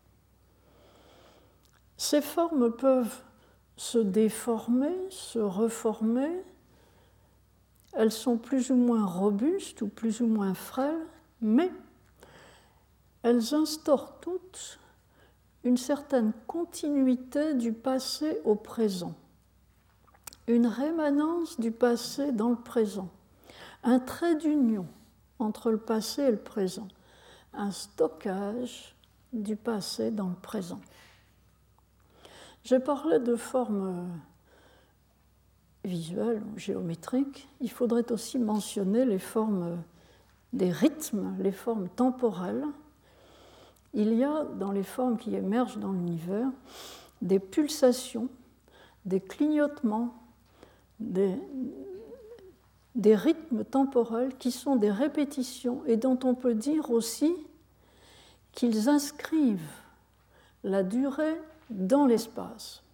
Ces formes peuvent se déformer, se reformer. Elles sont plus ou moins robustes ou plus ou moins frêles, mais elles instaurent toutes une certaine continuité du passé au présent, une rémanence du passé dans le présent, un trait d'union entre le passé et le présent, un stockage du passé dans le présent. J'ai parlé de formes visuelles ou géométriques. Il faudrait aussi mentionner les formes des rythmes, les formes temporelles. Il y a dans les formes qui émergent dans l'univers des pulsations, des clignotements, des rythmes temporels qui sont des répétitions et dont on peut dire aussi qu'ils inscrivent la durée dans l'espace.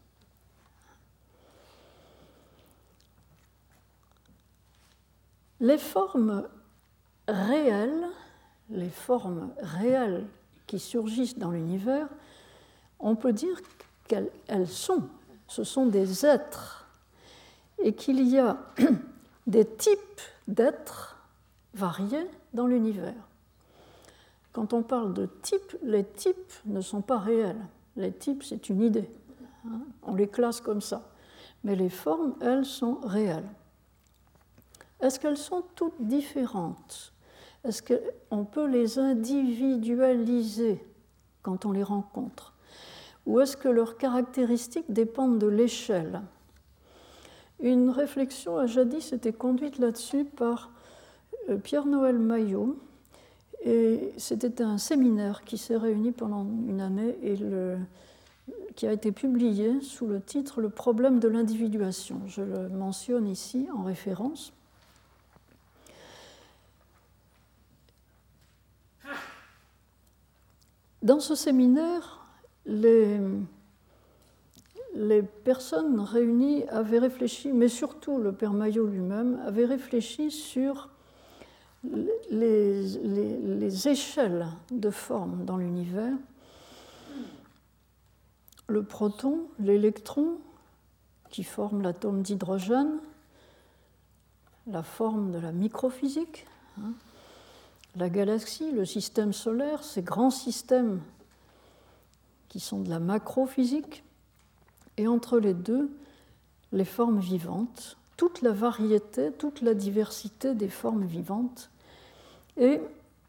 Les formes réelles qui surgissent dans l'univers, on peut dire ce sont des êtres, et qu'il y a des types d'êtres variés dans l'univers. Quand on parle de types, les types ne sont pas réels. Les types, c'est une idée. On les classe comme ça. Mais les formes, elles, sont réelles. Est-ce qu'elles sont toutes différentes? Est-ce qu'on peut les individualiser quand on les rencontre? Ou est-ce que leurs caractéristiques dépendent de l'échelle? Une réflexion a jadis été conduite là-dessus par Pierre-Noël Maillot, et c'était un séminaire qui s'est réuni pendant une année et qui a été publié sous le titre « Le problème de l'individuation ». Je le mentionne ici en référence. Dans ce séminaire, les personnes réunies avaient réfléchi, mais surtout le père Maillot lui-même, avait réfléchi sur les échelles de forme dans l'univers. Le proton, l'électron, qui forme l'atome d'hydrogène, la forme de la microphysique, la galaxie, le système solaire, ces grands systèmes qui sont de la macrophysique, et entre les deux, les formes vivantes, toute la variété, toute la diversité des formes vivantes. Et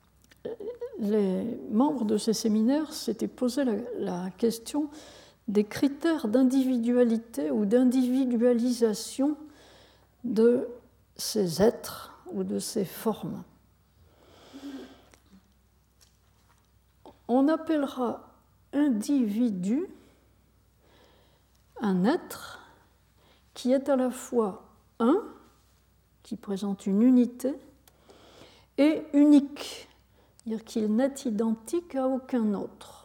les membres de ces séminaires s'étaient posé la question des critères d'individualité ou d'individualisation de ces êtres ou de ces formes. On appellera individu, un être qui est à la fois un, qui présente une unité, et unique, c'est-à-dire qu'il n'est identique à aucun autre.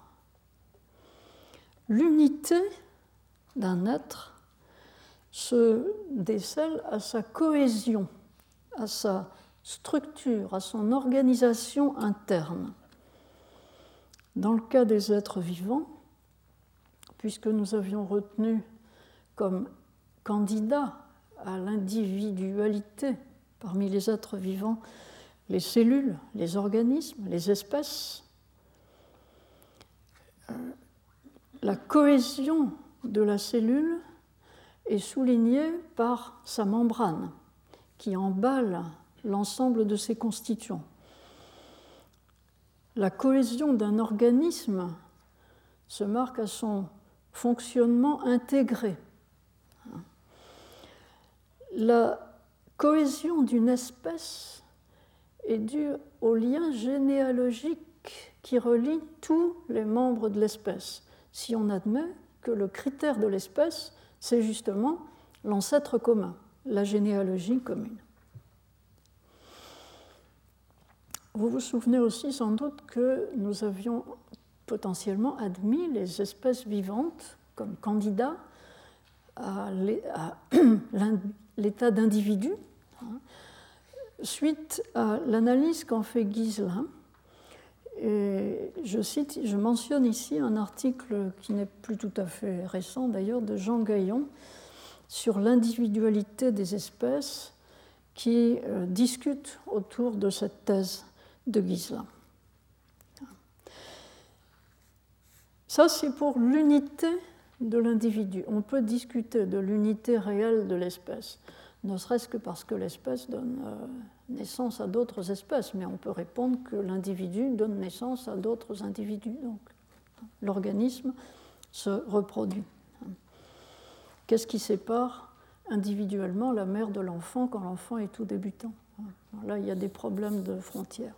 L'unité d'un être se décèle à sa cohésion, à sa structure, à son organisation interne. Dans le cas des êtres vivants, puisque nous avions retenu comme candidat à l'individualité parmi les êtres vivants les cellules, les organismes, les espèces, la cohésion de la cellule est soulignée par sa membrane qui emballe l'ensemble de ses constituants. La cohésion d'un organisme se marque à son fonctionnement intégré. La cohésion d'une espèce est due au lien généalogique qui relie tous les membres de l'espèce, si on admet que le critère de l'espèce, c'est justement l'ancêtre commun, la généalogie commune. Vous vous souvenez aussi sans doute que nous avions potentiellement admis les espèces vivantes comme candidats à l'état d'individu, suite à l'analyse qu'en fait Ghiselin. Et je mentionne ici un article qui n'est plus tout à fait récent d'ailleurs, de Jean Gaillon, sur l'individualité des espèces, qui discute autour de cette thèse de Ghiselin. Ça, c'est pour l'unité de l'individu. On peut discuter de l'unité réelle de l'espèce, ne serait-ce que parce que l'espèce donne naissance à d'autres espèces, mais on peut répondre que l'individu donne naissance à d'autres individus. Donc, l'organisme se reproduit. Qu'est-ce qui sépare individuellement la mère de l'enfant quand l'enfant est tout débutant? Là, il y a des problèmes de frontières.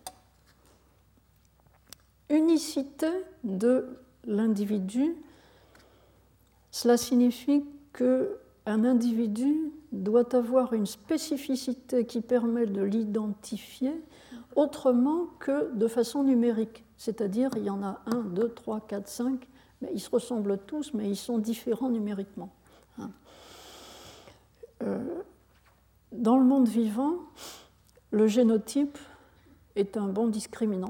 Unicité de l'individu, cela signifie qu'un individu doit avoir une spécificité qui permet de l'identifier autrement que de façon numérique. C'est-à-dire, il y en a 1, 2, 3, 4, 5, mais ils se ressemblent tous, mais ils sont différents numériquement. Dans le monde vivant, le génotype est un bon discriminant.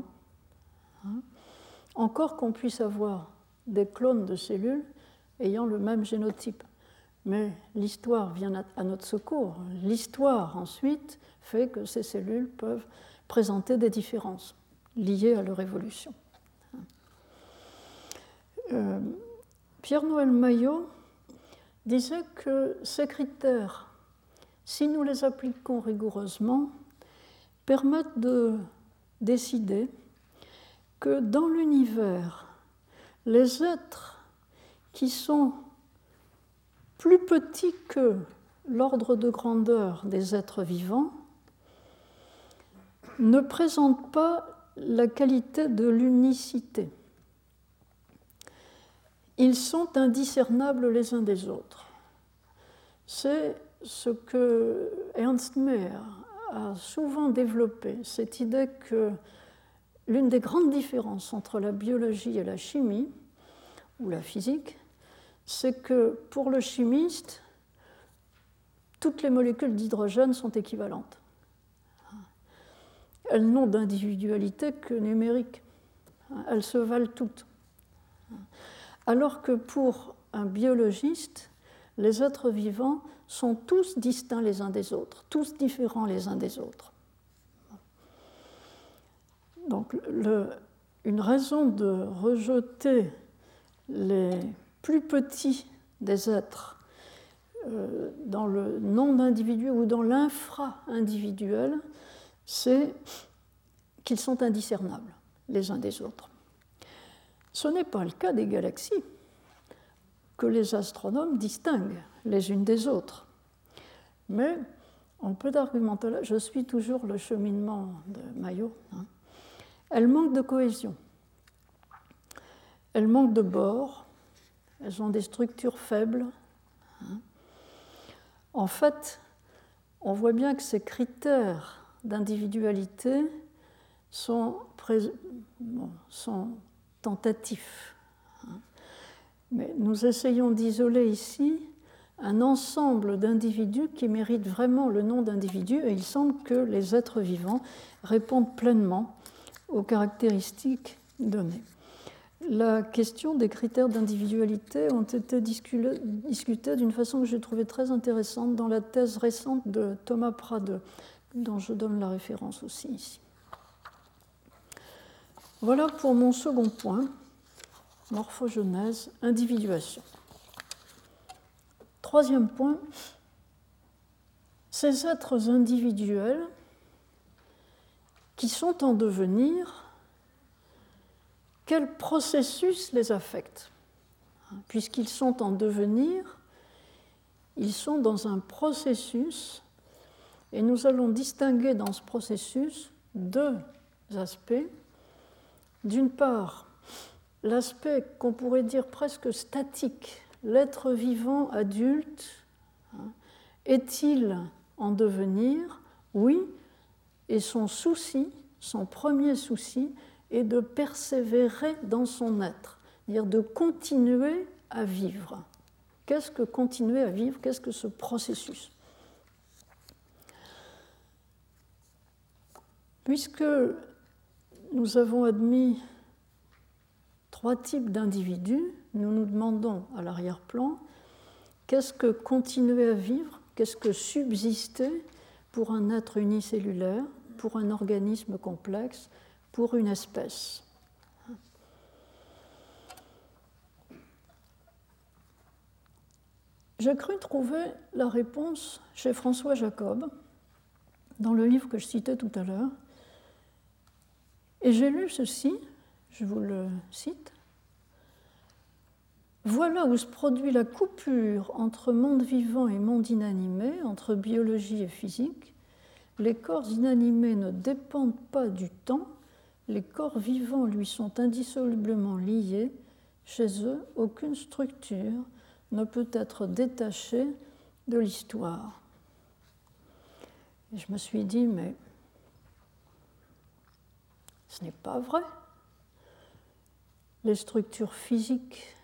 Encore qu'on puisse avoir des clones de cellules ayant le même génotype. Mais l'histoire vient à notre secours. L'histoire, ensuite, fait que ces cellules peuvent présenter des différences liées à leur évolution. Pierre-Noël Maillot disait que ces critères, si nous les appliquons rigoureusement, permettent de décider que dans l'univers, les êtres qui sont plus petits que l'ordre de grandeur des êtres vivants ne présentent pas la qualité de l'unicité. Ils sont indiscernables les uns des autres. C'est ce que Ernst Mayr a souvent développé, cette idée que l'une des grandes différences entre la biologie et la chimie, ou la physique, c'est que pour le chimiste, toutes les molécules d'hydrogène sont équivalentes. Elles n'ont d'individualité que numérique. Elles se valent toutes. Alors que pour un biologiste, les êtres vivants sont tous distincts les uns des autres, tous différents les uns des autres. Donc, une raison de rejeter les plus petits des êtres dans le non-individuel ou dans l'infra-individuel, c'est qu'ils sont indiscernables les uns des autres. Ce n'est pas le cas des galaxies, que les astronomes distinguent les unes des autres. Mais on peut argumenter là, je suis toujours le cheminement de Maillot, elles manquent de cohésion. elles manquent de bords, elles ont des structures faibles. En fait, on voit bien que ces critères d'individualité sont tentatifs. Mais nous essayons d'isoler ici un ensemble d'individus qui méritent vraiment le nom d'individus, et il semble que les êtres vivants répondent pleinement aux caractéristiques données. La question des critères d'individualité ont été discutées d'une façon que j'ai trouvée très intéressante dans la thèse récente de Thomas Pradeux, dont je donne la référence aussi ici. Voilà pour mon second point, morphogenèse, individuation. Troisième point, ces êtres individuels qui sont en devenir, quel processus les affecte? Puisqu'ils sont en devenir, ils sont dans un processus, et nous allons distinguer dans ce processus deux aspects. D'une part, l'aspect qu'on pourrait dire presque statique, l'être vivant adulte, est-il en devenir? Oui, et son souci, son premier souci, est de persévérer dans son être, c'est-à-dire de continuer à vivre. Qu'est-ce que continuer à vivre? Qu'est-ce que ce processus? Puisque nous avons admis trois types d'individus, nous nous demandons à l'arrière-plan qu'est-ce que continuer à vivre, qu'est-ce que subsister pour un être unicellulaire, pour un organisme complexe, pour une espèce. J'ai cru trouver la réponse chez François Jacob, dans le livre que je citais tout à l'heure, et j'ai lu ceci, je vous le cite. Voilà où se produit la coupure entre monde vivant et monde inanimé, entre biologie et physique. Les corps inanimés ne dépendent pas du temps, les corps vivants lui sont indissolublement liés. Chez eux, aucune structure ne peut être détachée de l'histoire. Et je me suis dit, mais ce n'est pas vrai. Les structures physiques,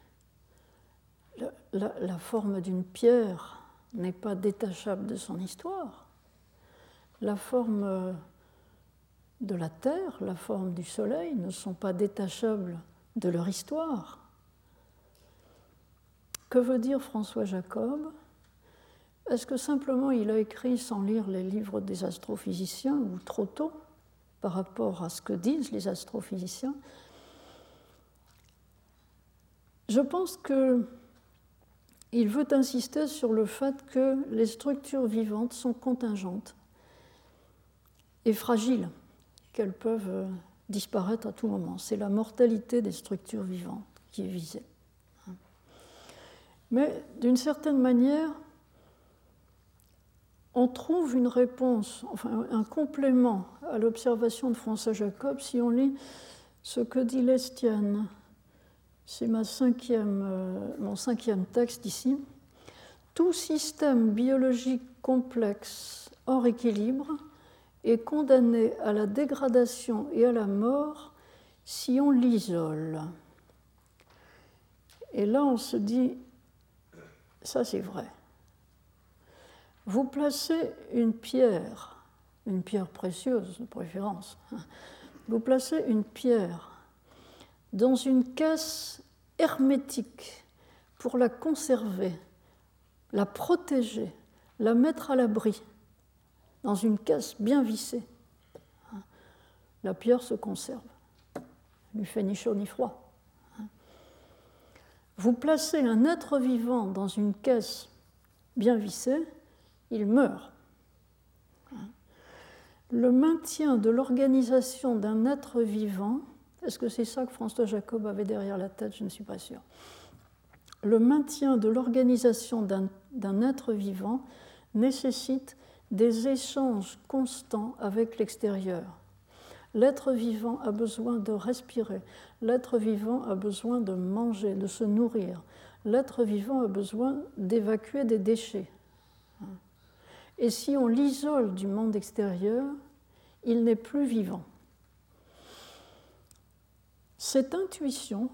la forme d'une pierre n'est pas détachable de son histoire. La forme de la Terre, la forme du Soleil ne sont pas détachables de leur histoire. Que veut dire François Jacob? Est-ce que simplement il a écrit sans lire les livres des astrophysiciens ou trop tôt par rapport à ce que disent les astrophysiciens? Je pense qu'il veut insister sur le fait que les structures vivantes sont contingentes et fragiles, qu'elles peuvent disparaître à tout moment. C'est la mortalité des structures vivantes qui est visée. Mais d'une certaine manière, on trouve une réponse, enfin un complément à l'observation de François Jacob si on lit ce que dit Lestienne. C'est mon cinquième texte ici. Tout système biologique complexe hors équilibre est condamné à la dégradation et à la mort si on l'isole. Et là, on se dit, ça c'est vrai. Vous placez une pierre précieuse de préférence, vous placez une pierre dans une caisse hermétique pour la conserver, la protéger, la mettre à l'abri, dans une caisse bien vissée. La pierre se conserve, elle ne lui fait ni chaud ni froid. Vous placez un être vivant dans une caisse bien vissée, il meurt. Le maintien de l'organisation d'un être vivant, est-ce que c'est ça que François Jacob avait derrière la tête? Je ne suis pas sûre. Le maintien de l'organisation d'un être vivant nécessite des échanges constants avec l'extérieur. L'être vivant a besoin de respirer. L'être vivant a besoin de manger, de se nourrir. L'être vivant a besoin d'évacuer des déchets. Et si on l'isole du monde extérieur, il n'est plus vivant. Cette intuition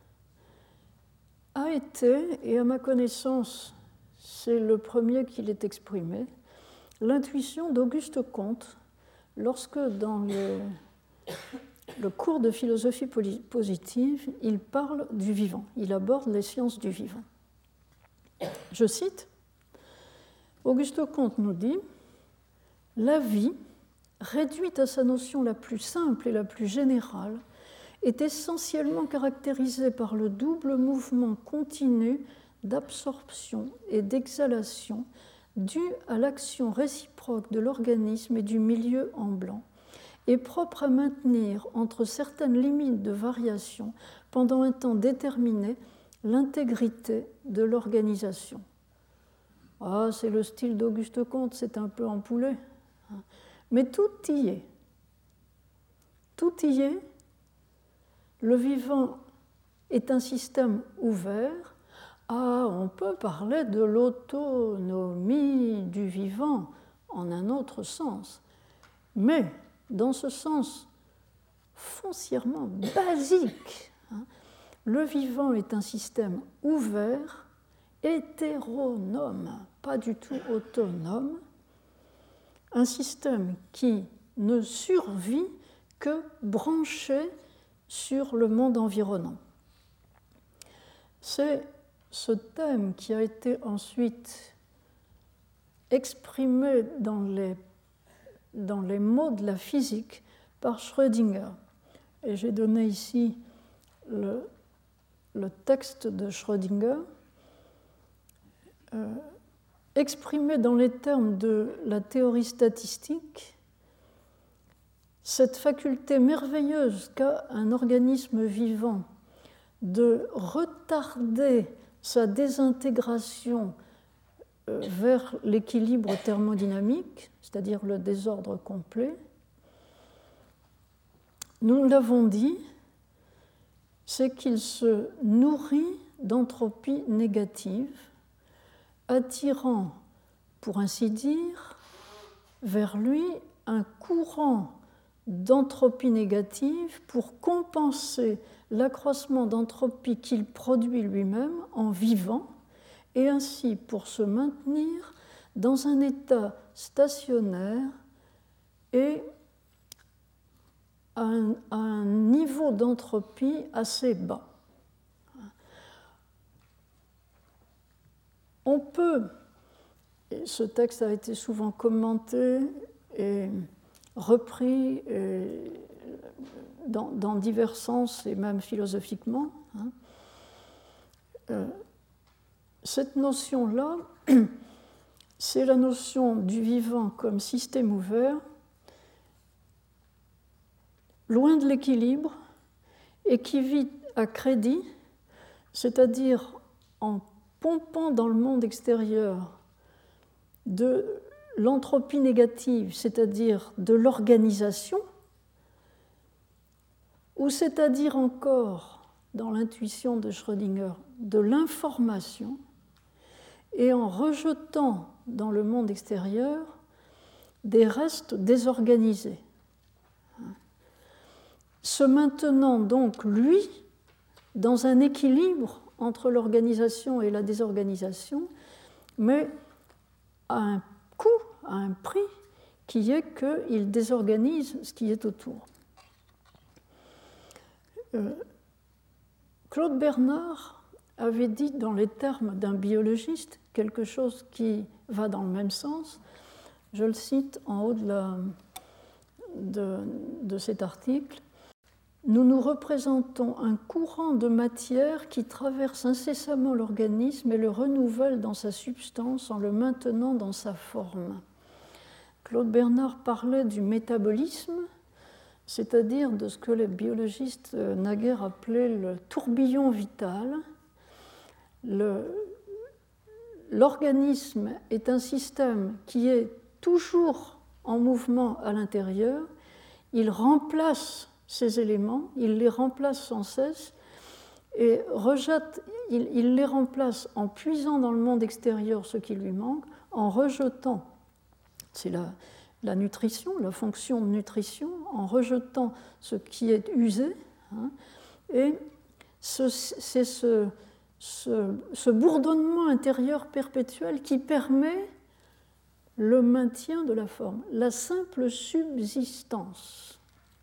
a été, et à ma connaissance, c'est le premier qui l'ait exprimé, l'intuition d'Auguste Comte, lorsque dans le cours de philosophie positive, il parle du vivant, il aborde les sciences du vivant. Je cite, Auguste Comte nous dit « La vie, réduite à sa notion la plus simple et la plus générale, est essentiellement caractérisée par le double mouvement continu d'absorption et d'exhalation dû à l'action réciproque de l'organisme et du milieu en blanc, et propre à maintenir entre certaines limites de variation pendant un temps déterminé l'intégrité de l'organisation. » Ah, c'est le style d'Auguste Comte, c'est un peu empoulé. Mais tout y est. Tout y est. Le vivant est un système ouvert. Ah, on peut parler de l'autonomie du vivant en un autre sens. Mais dans ce sens foncièrement basique, le vivant est un système ouvert, hétéronome, pas du tout autonome, un système qui ne survit que branché sur le monde environnant. C'est ce thème qui a été ensuite exprimé dans les mots de la physique par Schrödinger. Et j'ai donné ici le texte de Schrödinger, exprimé dans les termes de la théorie statistique, cette faculté merveilleuse qu'a un organisme vivant de retarder sa désintégration vers l'équilibre thermodynamique, c'est-à-dire le désordre complet, nous l'avons dit, c'est qu'il se nourrit d'entropie négative, attirant, pour ainsi dire, vers lui un courant d'entropie négative pour compenser l'accroissement d'entropie qu'il produit lui-même en vivant, et ainsi pour se maintenir dans un état stationnaire et à un niveau d'entropie assez bas. On peut, et ce texte a été souvent commenté et repris dans divers sens et même philosophiquement, cette notion-là, c'est la notion du vivant comme système ouvert, loin de l'équilibre et qui vit à crédit, c'est-à-dire en pompant dans le monde extérieur de l'entropie négative, c'est-à-dire de l'organisation, ou c'est-à-dire encore, dans l'intuition de Schrödinger, de l'information, et en rejetant dans le monde extérieur des restes désorganisés. Se maintenant donc, lui, dans un équilibre entre l'organisation et la désorganisation, mais à un coût, à un prix, qui est qu'il désorganise ce qui est autour. Claude Bernard avait dit dans les termes d'un biologiste quelque chose qui va dans le même sens. Je le cite en haut de cet article. Nous nous représentons un courant de matière qui traverse incessamment l'organisme et le renouvelle dans sa substance en le maintenant dans sa forme. Claude Bernard parlait du métabolisme, c'est-à-dire de ce que les biologistes naguère appelaient le tourbillon vital. L'organisme est un système qui est toujours en mouvement à l'intérieur. il remplace ces éléments, il les remplace sans cesse et rejette, il les remplace en puisant dans le monde extérieur ce qui lui manque, en rejetant, c'est la nutrition, la fonction de nutrition, en rejetant ce qui est usé. Hein, et c'est ce bourdonnement intérieur perpétuel qui permet le maintien de la forme, la simple subsistance.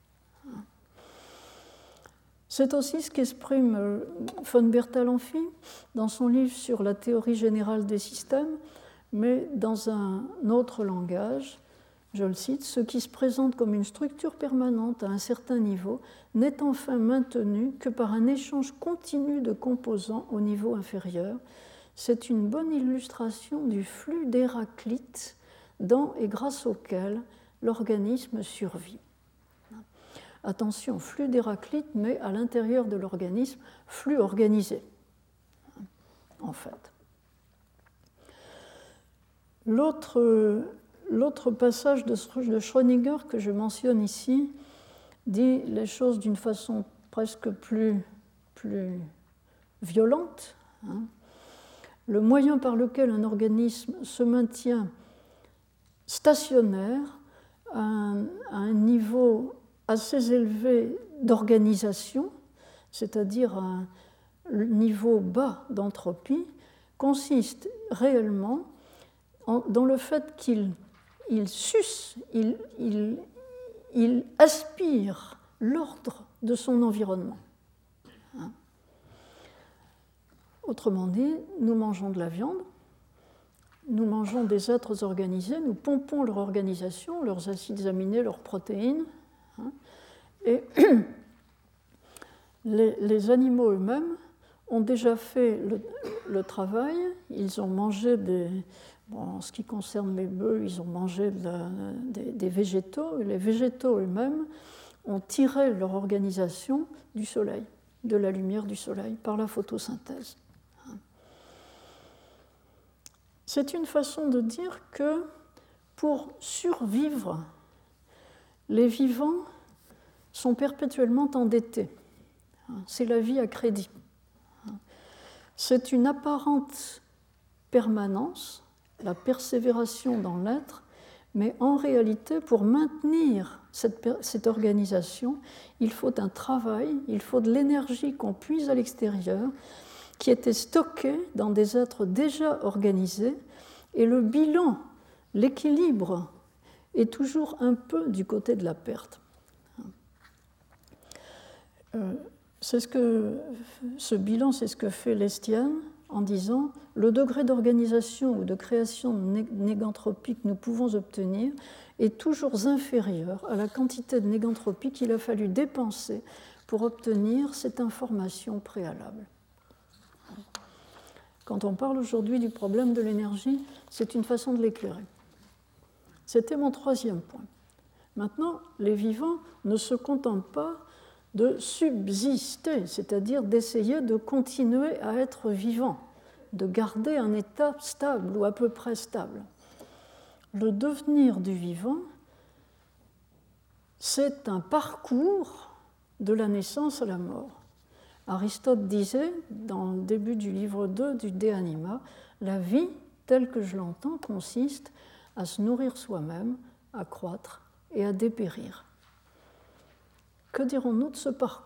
C'est aussi ce qu'exprime von Bertalanffy dans son livre sur la théorie générale des systèmes, mais dans un autre langage. Je le cite, « Ce qui se présente comme une structure permanente à un certain niveau n'est enfin maintenu que par un échange continu de composants au niveau inférieur. C'est une bonne illustration du flux d'Héraclite dans et grâce auquel l'organisme survit. » Attention, flux d'Héraclite, mais à l'intérieur de l'organisme, flux organisé, en fait. L'autre passage de Schrödinger que je mentionne ici dit les choses d'une façon presque plus violente. Hein. Le moyen par lequel un organisme se maintient stationnaire à un niveau assez élevé d'organisation, c'est-à-dire à un niveau bas d'entropie, consiste réellement dans le fait qu'il suce, il aspire l'ordre de son environnement. Hein. Autrement dit, nous mangeons de la viande, nous mangeons des êtres organisés, nous pompons leur organisation, leurs acides aminés, leurs protéines, hein, et les animaux eux-mêmes ont déjà fait le travail, ils ont mangé en ce qui concerne les bœufs, ils ont mangé des végétaux, et les végétaux eux-mêmes ont tiré leur organisation du soleil, de la lumière du soleil, par la photosynthèse. C'est une façon de dire que pour survivre, les vivants sont perpétuellement endettés. C'est la vie à crédit. C'est une apparente permanence, la persévération dans l'être, mais en réalité, pour maintenir cette organisation, il faut un travail, il faut de l'énergie qu'on puise à l'extérieur, qui était stockée dans des êtres déjà organisés, et le bilan, l'équilibre, est toujours un peu du côté de la perte. Ce bilan, c'est ce que fait Lestienne en disant « Le degré d'organisation ou de création négantropie que nous pouvons obtenir est toujours inférieur à la quantité de négantropie qu'il a fallu dépenser pour obtenir cette information préalable. » Quand on parle aujourd'hui du problème de l'énergie, c'est une façon de l'éclairer. C'était mon troisième point. Maintenant, les vivants ne se contentent pas de subsister, c'est-à-dire d'essayer de continuer à être vivants, de garder un état stable ou à peu près stable. Le devenir du vivant, c'est un parcours de la naissance à la mort. Aristote disait, dans le début du livre 2 du De Anima, « La vie, telle que je l'entends, consiste à se nourrir soi-même, à croître et à dépérir. » Que dirons-nous de ce parcours ?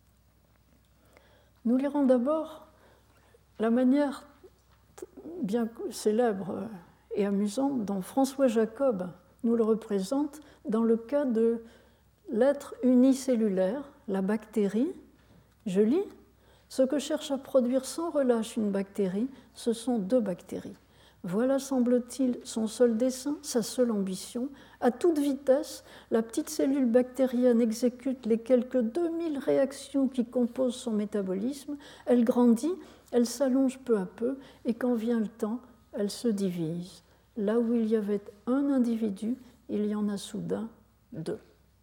Nous lirons d'abord la manière bien célèbre et amusante dont François Jacob nous le représente dans le cas de l'être unicellulaire, la bactérie. Je lis, « Ce que cherche à produire sans relâche une bactérie, ce sont deux bactéries. Voilà, semble-t-il, son seul dessein, sa seule ambition. À toute vitesse, la petite cellule bactérienne exécute les quelques 2000 réactions qui composent son métabolisme. Elle grandit, elle s'allonge peu à peu, et quand vient le temps, elle se divise. Là où il y avait un individu, il y en a soudain deux. »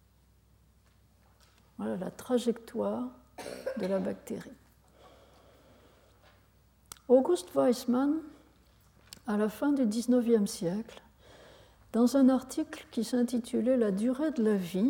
Voilà la trajectoire de la bactérie. August Weismann, à la fin du XIXe siècle, dans un article qui s'intitulait « La durée de la vie »,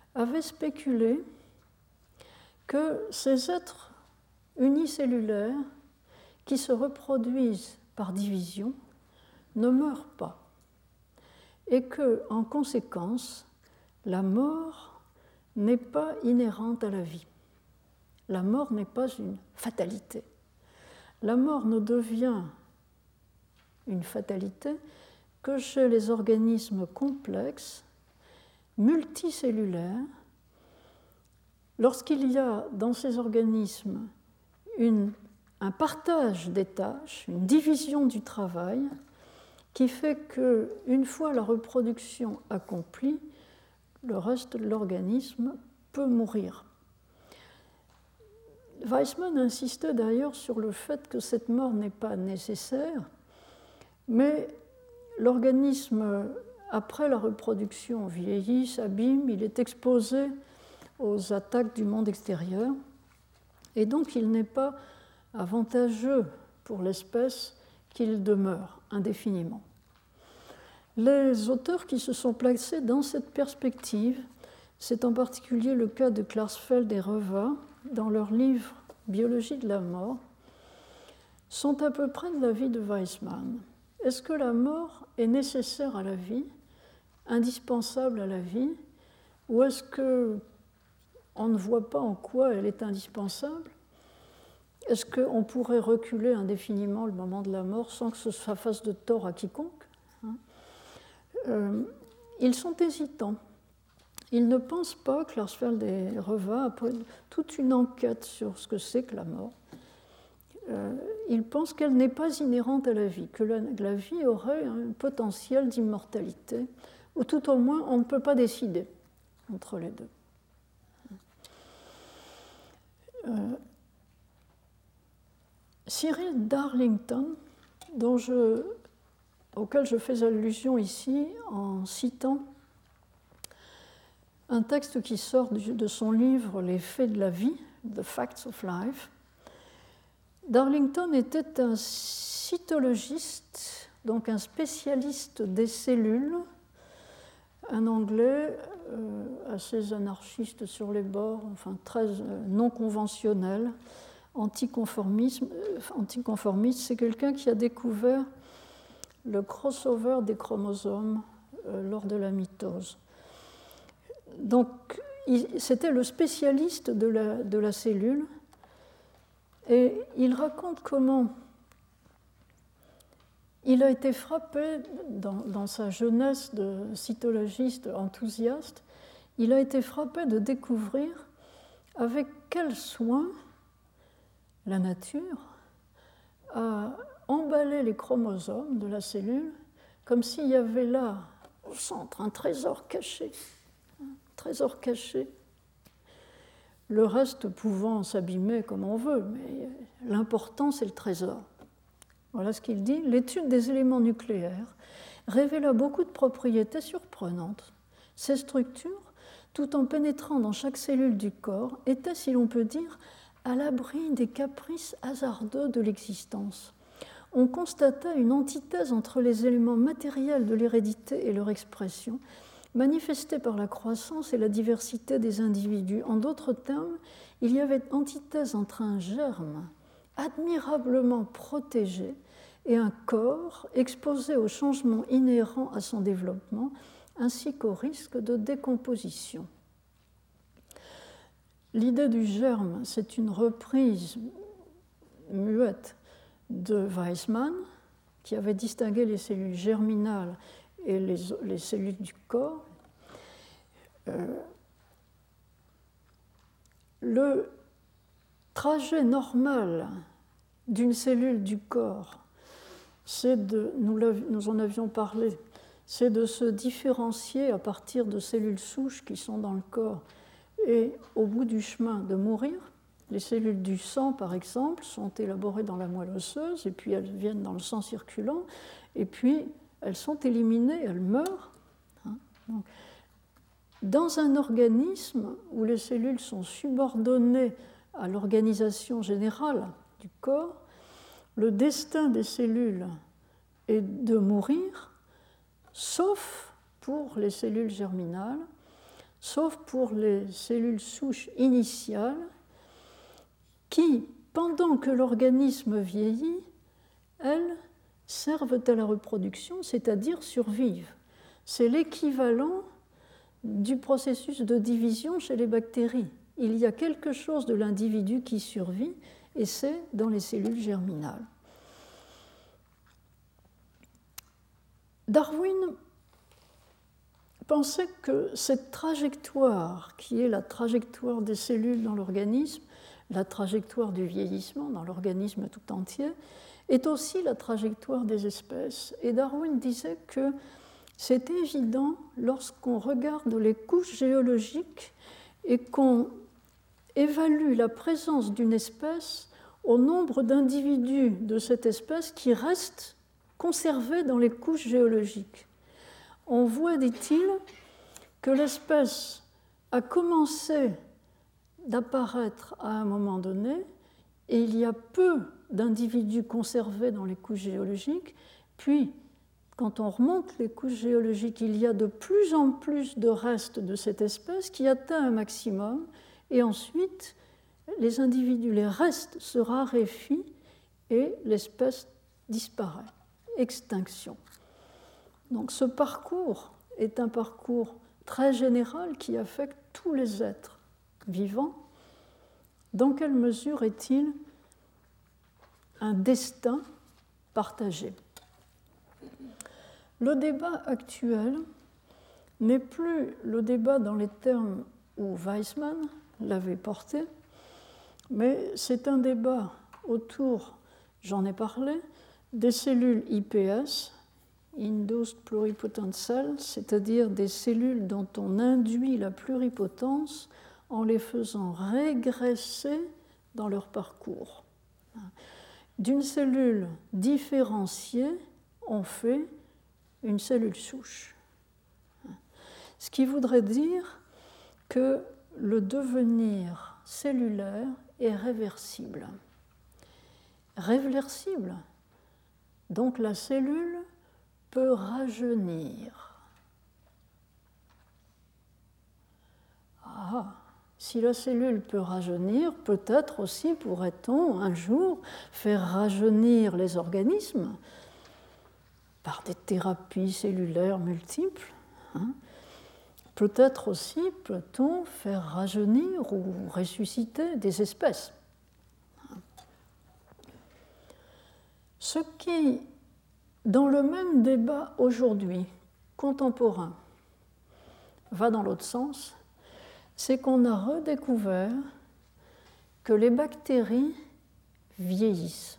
avait spéculé que ces êtres unicellulaires qui se reproduisent par division ne meurent pas et que, en conséquence, la mort n'est pas inhérente à la vie. La mort n'est pas une fatalité. La mort ne devient une fatalité que chez les organismes complexes, multicellulaires, lorsqu'il y a dans ces organismes un partage des tâches, une division du travail, qui fait qu'une fois la reproduction accomplie, le reste de l'organisme peut mourir. Weismann insistait d'ailleurs sur le fait que cette mort n'est pas nécessaire, mais l'organisme, après la reproduction, vieillit, s'abîme, il est exposé aux attaques du monde extérieur, et donc il n'est pas avantageux pour l'espèce qu'il demeure indéfiniment. Les auteurs qui se sont placés dans cette perspective, c'est en particulier le cas de Klarsfeld et Reva, dans leur livre « Biologie de la mort », sont à peu près de l'avis de Weismann. Est-ce que la mort est nécessaire à la vie, indispensable à la vie, ou est-ce qu'on ne voit pas en quoi elle est indispensable? Est-ce qu'on pourrait reculer indéfiniment le moment de la mort sans que ça fasse de tort à quiconque? Ils sont hésitants. Ils ne pensent pas, Klarsfeld et Reva, après toute une enquête sur ce que c'est que la mort, ils pensent qu'elle n'est pas inhérente à la vie, que la vie aurait un potentiel d'immortalité, ou tout au moins on ne peut pas décider entre les deux. Cyril Darlington, auquel je fais allusion ici en citant un texte qui sort de son livre « Les faits de la vie », « The Facts of Life ». Darlington était un cytologiste, donc un spécialiste des cellules, un Anglais assez anarchiste sur les bords, enfin très non conventionnel, anticonformiste. C'est quelqu'un qui a découvert le crossover des chromosomes lors de la mitose. Donc, c'était le spécialiste de la cellule, et il raconte comment il a été frappé, dans sa jeunesse de cytologiste enthousiaste, il a été frappé de découvrir avec quel soin la nature a emballé les chromosomes de la cellule comme s'il y avait là, au centre, un trésor caché. Le reste pouvant s'abîmer comme on veut, mais l'important, c'est le trésor. Voilà ce qu'il dit. L'étude des éléments nucléaires révéla beaucoup de propriétés surprenantes. Ces structures, tout en pénétrant dans chaque cellule du corps, étaient, si l'on peut dire, à l'abri des caprices hasardeux de l'existence. On constata une antithèse entre les éléments matériels de l'hérédité et leur expression, manifestée par la croissance et la diversité des individus. En d'autres termes, il y avait antithèse entre un germe admirablement protégé et un corps exposé aux changements inhérents à son développement, ainsi qu'au risque de décomposition. L'idée du germe, c'est une reprise muette de Weismann, qui avait distingué les cellules germinales et les cellules du corps. Le trajet normal d'une cellule du corps, nous en avions parlé, c'est de se différencier à partir de cellules souches qui sont dans le corps et au bout du chemin de mourir. Les cellules du sang, par exemple, sont élaborées dans la moelle osseuse et puis elles viennent dans le sang circulant et puis elles sont éliminées, elles meurent. Donc, dans un organisme où les cellules sont subordonnées à l'organisation générale du corps, le destin des cellules est de mourir, sauf pour les cellules germinales, sauf pour les cellules souches initiales qui, pendant que l'organisme vieillit, elles servent à la reproduction, c'est-à-dire survivent. C'est l'équivalent du processus de division chez les bactéries. Il y a quelque chose de l'individu qui survit, et c'est dans les cellules germinales. Darwin pensait que cette trajectoire, qui est la trajectoire des cellules dans l'organisme, la trajectoire du vieillissement dans l'organisme tout entier, est aussi la trajectoire des espèces. Et Darwin disait que c'est évident lorsqu'on regarde les couches géologiques et qu'on évalue la présence d'une espèce au nombre d'individus de cette espèce qui restent conservés dans les couches géologiques. On voit, dit-il, que l'espèce a commencé d'apparaître à un moment donné et il y a peu d'individus conservés dans les couches géologiques, puis quand on remonte les couches géologiques, il y a de plus en plus de restes de cette espèce qui atteint un maximum, et ensuite les individus, les restes se raréfient et l'espèce disparaît. Extinction. Donc ce parcours est un parcours très général qui affecte tous les êtres vivants. Dans quelle mesure est-il un destin partagé ? Le débat actuel n'est plus le débat dans les termes où Weizmann l'avait porté, mais c'est un débat autour, j'en ai parlé, des cellules IPS, Induced Pluripotent Cells, c'est-à-dire des cellules dont on induit la pluripotence en les faisant régresser dans leur parcours. D'une cellule différenciée, on fait une cellule souche. Ce qui voudrait dire que le devenir cellulaire est réversible. Réversible, donc la cellule peut rajeunir. Si la cellule peut rajeunir, peut-être aussi pourrait-on un jour faire rajeunir les organismes par des thérapies cellulaires multiples. Peut-être aussi peut-on faire rajeunir ou ressusciter des espèces. Ce qui, dans le même débat aujourd'hui, contemporain, va dans l'autre sens, c'est qu'on a redécouvert que les bactéries vieillissent.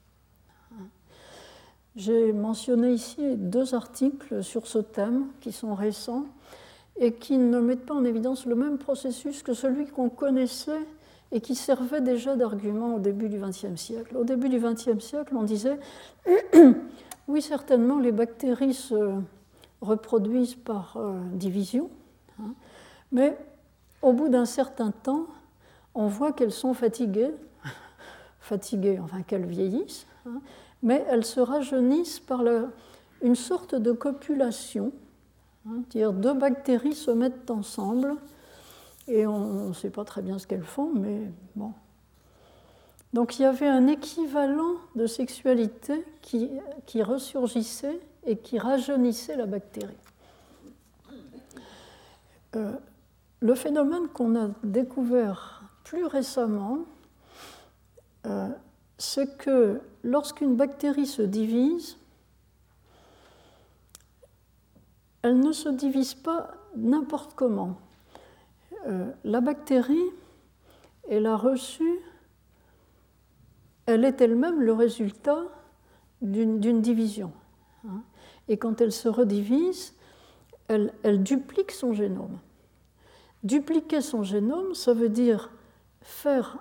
J'ai mentionné ici 2 articles sur ce thème qui sont récents et qui ne mettent pas en évidence le même processus que celui qu'on connaissait et qui servait déjà d'argument au début du XXe siècle. Au début du XXe siècle, on disait « oui, certainement, les bactéries se reproduisent par division, mais au bout d'un certain temps, on voit qu'elles sont fatiguées, enfin qu'elles vieillissent, mais elles se rajeunissent par une sorte de copulation, c'est-à-dire 2 bactéries se mettent ensemble et on ne sait pas très bien ce qu'elles font, mais bon. Donc il y avait un équivalent de sexualité qui ressurgissait et qui rajeunissait la bactérie. Le phénomène qu'on a découvert plus récemment, c'est que lorsqu'une bactérie se divise, elle ne se divise pas n'importe comment. La bactérie, elle a reçu, elle est elle-même le résultat d'une division. Et quand elle se redivise, elle duplique son génome. Dupliquer son génome, ça veut dire faire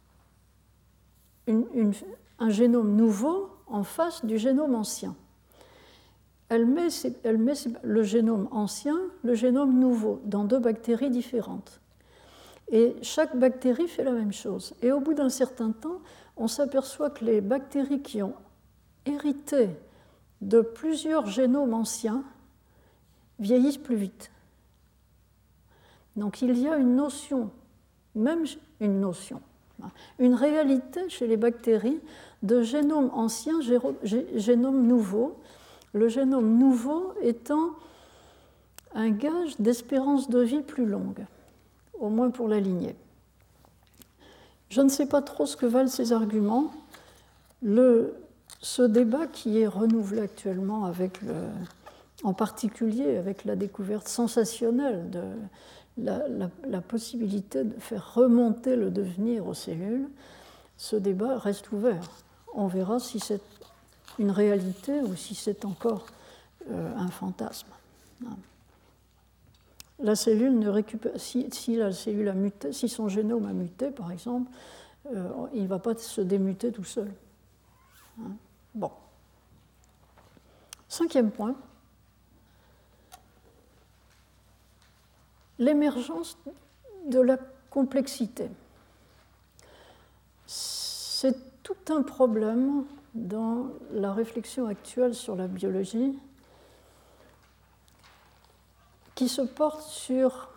un génome nouveau en face du génome ancien. Elle met le génome ancien, le génome nouveau, dans 2 bactéries différentes. Et chaque bactérie fait la même chose. Et au bout d'un certain temps, on s'aperçoit que les bactéries qui ont hérité de plusieurs génomes anciens vieillissent plus vite. Donc il y a une notion, même une notion, une réalité chez les bactéries de génome ancien, génome nouveau, le génome nouveau étant un gage d'espérance de vie plus longue, au moins pour la lignée. Je ne sais pas trop ce que valent ces arguments. Ce débat qui est renouvelé actuellement en particulier avec la découverte sensationnelle de la possibilité de faire remonter le devenir aux cellules, ce débat reste ouvert. On verra si c'est une réalité ou si c'est encore un fantasme. La cellule ne récupère, si la cellule a muté, si son génome a muté, par exemple, il ne va pas se démuter tout seul. Bon. 5e point. L'émergence de la complexité. C'est tout un problème dans la réflexion actuelle sur la biologie qui se porte sur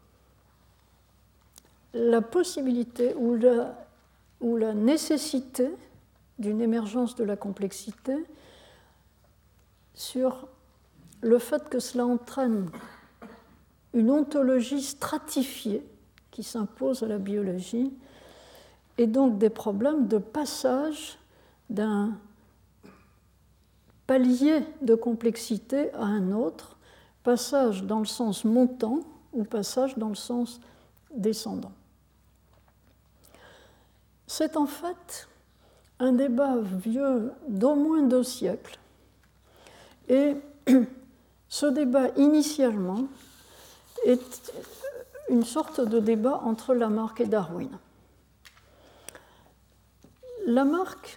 la possibilité ou la nécessité d'une émergence de la complexité, sur le fait que cela entraîne une ontologie stratifiée qui s'impose à la biologie, et donc des problèmes de passage d'un palier de complexité à un autre, passage dans le sens montant ou passage dans le sens descendant. C'est en fait un débat vieux d'au moins 2 siècles. Et ce débat, initialement, est une sorte de débat entre Lamarck et Darwin. Lamarck,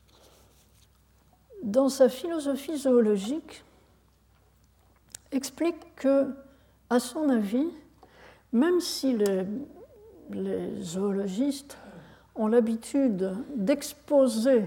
dans sa philosophie zoologique, explique que, à son avis, même si les zoologistes ont l'habitude d'exposer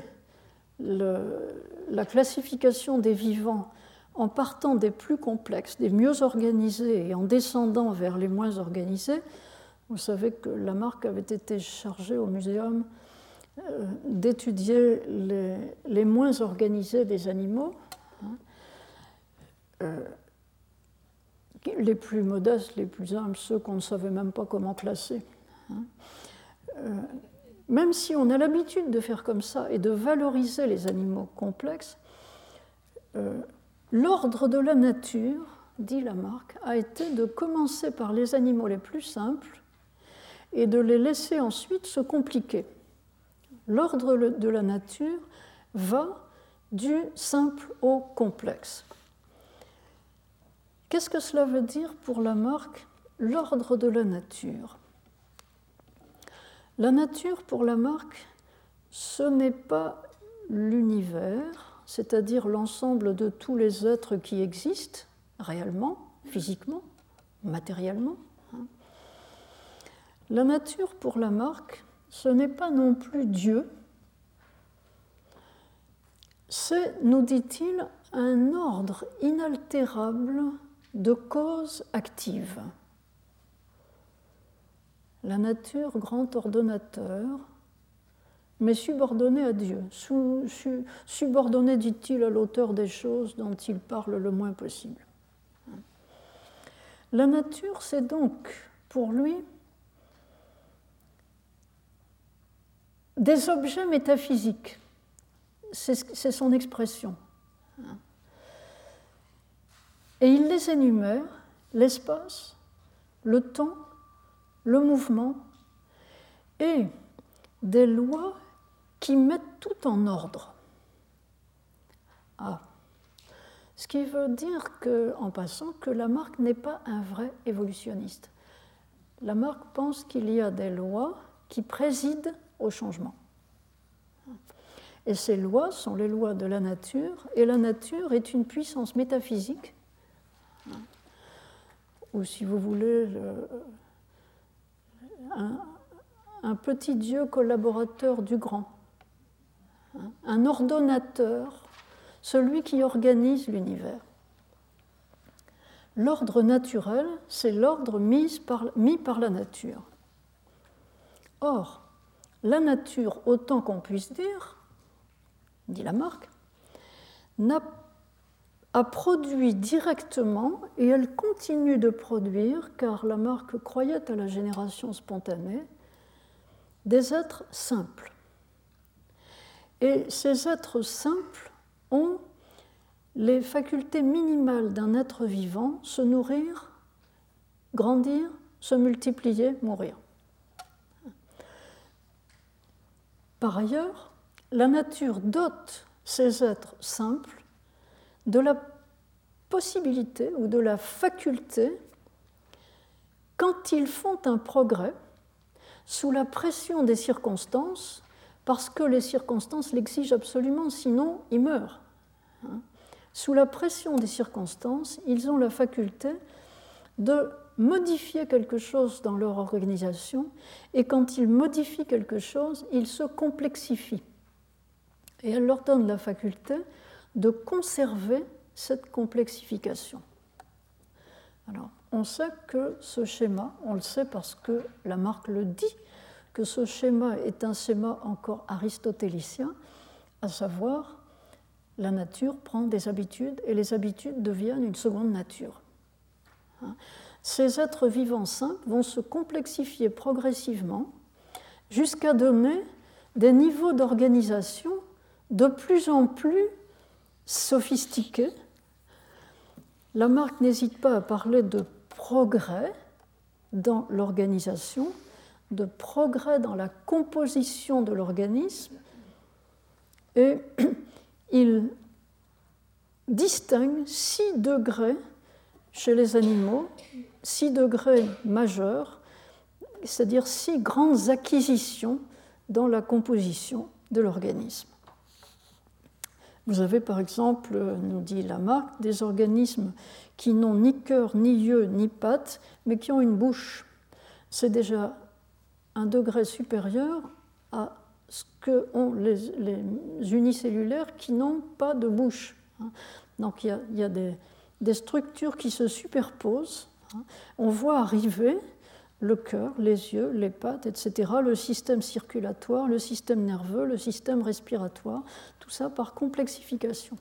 la classification des vivants en partant des plus complexes, des mieux organisés et en descendant vers les moins organisés. Vous savez que Lamarck avait été chargé au muséum d'étudier les moins organisés des animaux, les plus modestes, les plus humbles, ceux qu'on ne savait même pas comment classer. Même si on a l'habitude de faire comme ça et de valoriser les animaux complexes, l'ordre de la nature, dit Lamarck, a été de commencer par les animaux les plus simples et de les laisser ensuite se compliquer. L'ordre de la nature va du simple au complexe. Qu'est-ce que cela veut dire pour Lamarck, l'ordre de la nature ? La nature, pour Lamarck, ce n'est pas l'univers, c'est-à-dire l'ensemble de tous les êtres qui existent réellement, physiquement, matériellement. La nature, pour Lamarck, ce n'est pas non plus Dieu, c'est, nous dit-il, un ordre inaltérable de causes actives. La nature, grand ordonnateur, mais subordonné à Dieu, subordonné, dit-il, à l'auteur des choses dont il parle le moins possible. La nature, c'est donc, pour lui, des objets métaphysiques. C'est son expression. Et il les énumère, l'espace, le temps, le mouvement, et des lois qui mettent tout en ordre. Ce qui veut dire en passant, que Lamarck n'est pas un vrai évolutionniste. Lamarck pense qu'il y a des lois qui président au changement. Et ces lois sont les lois de la nature, et la nature est une puissance métaphysique, ou si vous voulez, un petit Dieu collaborateur du grand, un ordonnateur, celui qui organise l'univers. l'ordre naturel, c'est l'ordre mis par la nature. Or, la nature, autant qu'on puisse dire, dit Lamarck, a produit directement, et elle continue de produire, car Lamarck croyait à la génération spontanée, des êtres simples. Et ces êtres simples ont les facultés minimales d'un être vivant: se nourrir, grandir, se multiplier, mourir. Par ailleurs, la nature dote ces êtres simples de la possibilité ou de la faculté, quand ils font un progrès, sous la pression des circonstances, parce que les circonstances l'exigent absolument, sinon ils meurent. Sous la pression des circonstances, ils ont la faculté de modifier quelque chose dans leur organisation, et quand ils modifient quelque chose, ils se complexifient. Et elle leur donne la faculté de conserver cette complexification. Alors, on sait que ce schéma, on le sait parce que Lamarck le dit, que ce schéma est un schéma encore aristotélicien, à savoir, la nature prend des habitudes et les habitudes deviennent une seconde nature. Ces êtres vivants simples vont se complexifier progressivement jusqu'à donner des niveaux d'organisation de plus en plus sophistiqués. Lamarck n'hésite pas à parler de progrès dans l'organisation, de progrès dans la composition de l'organisme, et il distingue 6 degrés chez les animaux, 6 degrés majeurs, c'est-à-dire 6 grandes acquisitions dans la composition de l'organisme. Vous avez par exemple, nous dit Lamarck, des organismes qui n'ont ni cœur, ni yeux, ni pattes, mais qui ont une bouche. C'est déjà un degré supérieur à ce qu'ont les unicellulaires qui n'ont pas de bouche. Donc il y a des structures qui se superposent. On voit arriver le cœur, les yeux, les pattes, etc., le système circulatoire, le système nerveux, le système respiratoire, tout ça par complexification.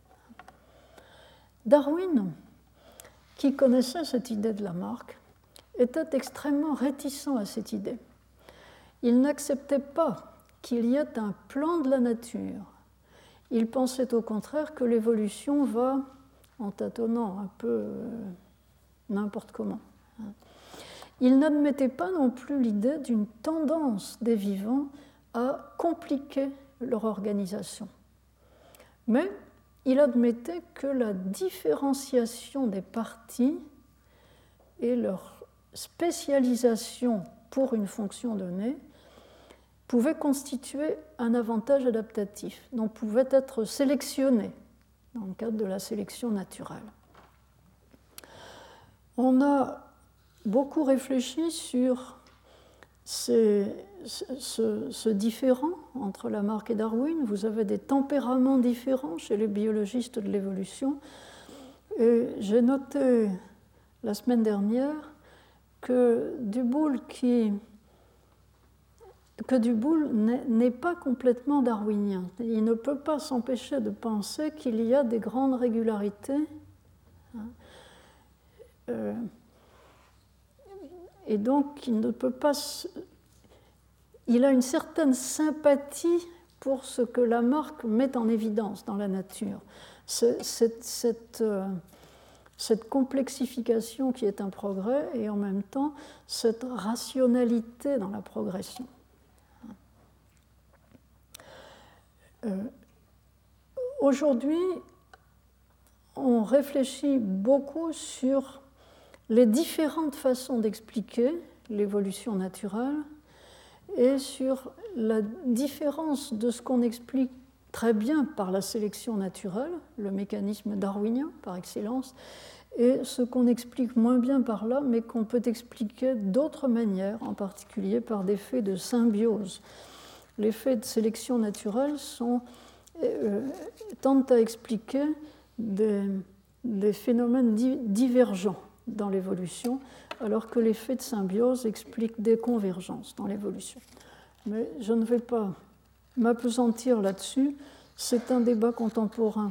Darwin, qui connaissait cette idée de Lamarck, était extrêmement réticent à cette idée. Il n'acceptait pas qu'il y ait un plan de la nature. Il pensait au contraire que l'évolution va en tâtonnant un peu n'importe comment. Il n'admettait pas non plus l'idée d'une tendance des vivants à compliquer leur organisation. Mais il admettait que la différenciation des parties et leur spécialisation pour une fonction donnée pouvait constituer un avantage adaptatif, donc pouvait être sélectionné dans le cadre de la sélection naturelle. On a beaucoup réfléchi sur ce différend entre Lamarck et Darwin. Vous avez des tempéraments différents chez les biologistes de l'évolution. Et j'ai noté la semaine dernière que Duboul n'est pas complètement darwinien. Il ne peut pas s'empêcher de penser qu'il y a des grandes régularités. Et donc, il ne peut pas. Il a une certaine sympathie pour ce que Lamarck met en évidence dans la nature. Cette complexification qui est un progrès et en même temps cette rationalité dans la progression. Aujourd'hui, on réfléchit beaucoup sur les différentes façons d'expliquer l'évolution naturelle et sur la différence de ce qu'on explique très bien par la sélection naturelle, le mécanisme darwinien par excellence, et ce qu'on explique moins bien par là, mais qu'on peut expliquer d'autres manières, en particulier par des faits de symbiose. Les faits de sélection naturelle tendent à expliquer des phénomènes divergents dans l'évolution, alors que l'effet de symbiose explique des convergences dans l'évolution. Mais je ne vais pas m'appesantir là-dessus. C'est un débat contemporain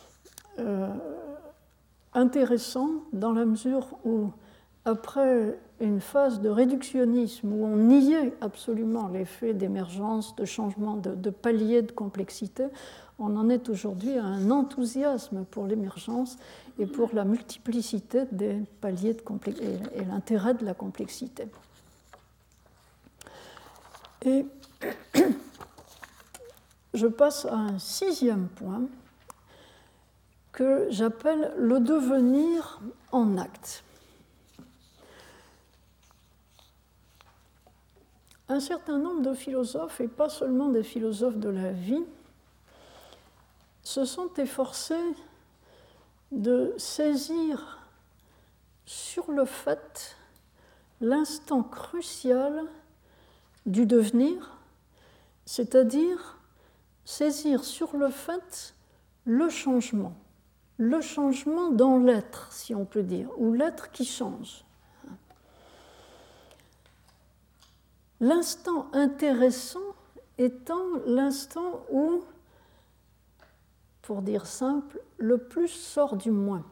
intéressant dans la mesure où, après une phase de réductionnisme où on niait absolument l'effet d'émergence, de changement, de palier de complexité, on en est aujourd'hui à un enthousiasme pour l'émergence et pour la multiplicité des paliers de complexité et l'intérêt de la complexité. Et je passe à un 6e point que j'appelle le devenir en acte. Un certain nombre de philosophes, et pas seulement des philosophes de la vie, se sont efforcés de saisir sur le fait l'instant crucial du devenir, c'est-à-dire saisir sur le fait le changement dans l'être, si on peut dire, ou l'être qui change. L'instant intéressant étant l'instant où, pour dire simple, le plus sort du moins.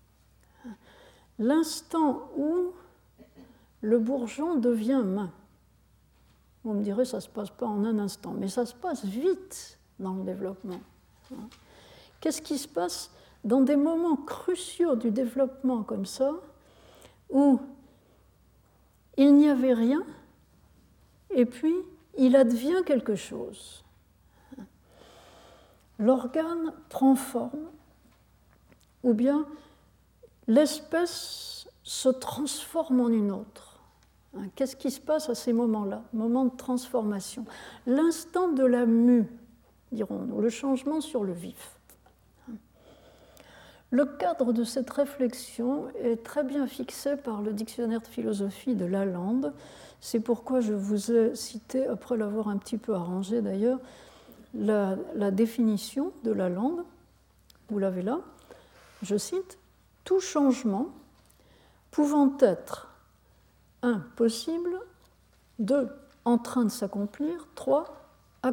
L'instant où le bourgeon devient main. Vous me direz, ça ne se passe pas en un instant, mais ça se passe vite dans le développement. Qu'est-ce qui se passe dans des moments cruciaux du développement comme ça, où il n'y avait rien, et puis il advient quelque chose. L'organe prend forme, ou bien l'espèce se transforme en une autre. Qu'est-ce qui se passe à ces moments-là, moments de transformation? L'instant de la mue, dirons-nous, le changement sur le vif. Le cadre de cette réflexion est très bien fixé par le dictionnaire de philosophie de Lalande. C'est pourquoi je vous ai cité, après l'avoir un petit peu arrangé d'ailleurs, la définition de Lalande. Vous l'avez là. Je cite, « Tout changement pouvant être 1. Possible, 2. En train de s'accomplir, 3. Accompli. »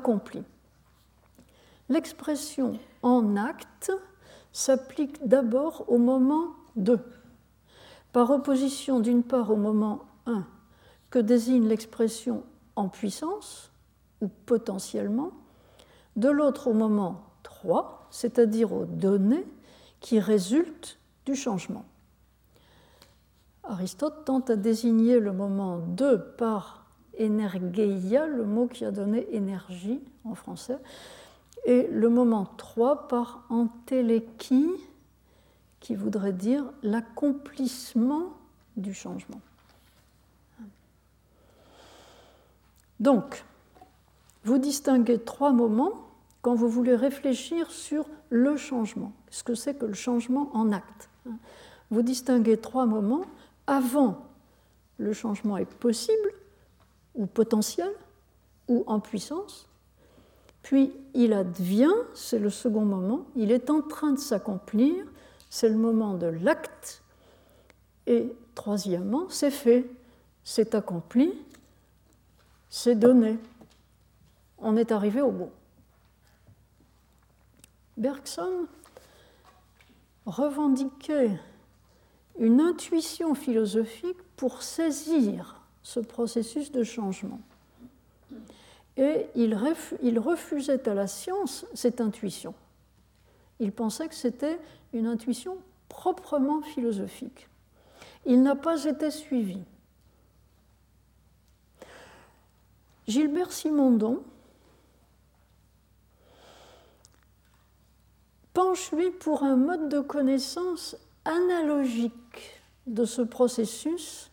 L'expression « en acte » s'applique d'abord au moment 2, par opposition d'une part au moment 1, que désigne l'expression en puissance, ou potentiellement, de l'autre au moment 3, c'est-à-dire aux données qui résultent du changement. Aristote tente à désigner le moment 2 par energeia, le mot qui a donné énergie en français, et le moment 3 par entéléki, qui voudrait dire l'accomplissement du changement. Donc, vous distinguez 3 moments quand vous voulez réfléchir sur le changement. Ce que c'est que le changement en acte. Vous distinguez 3 moments. Avant, le changement est possible, ou potentiel, ou en puissance. Puis il advient, c'est le second moment, il est en train de s'accomplir, c'est le moment de l'acte. Et troisièmement, c'est fait, c'est accompli, c'est donné. On est arrivé au bout. Bergson revendiquait une intuition philosophique pour saisir ce processus de changement. Et il refusait à la science cette intuition. Il pensait que c'était une intuition proprement philosophique. Il n'a pas été suivi. Gilbert Simondon penche, lui, pour un mode de connaissance analogique de ce processus.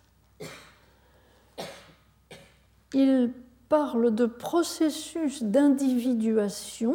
Il parle de processus d'individuation.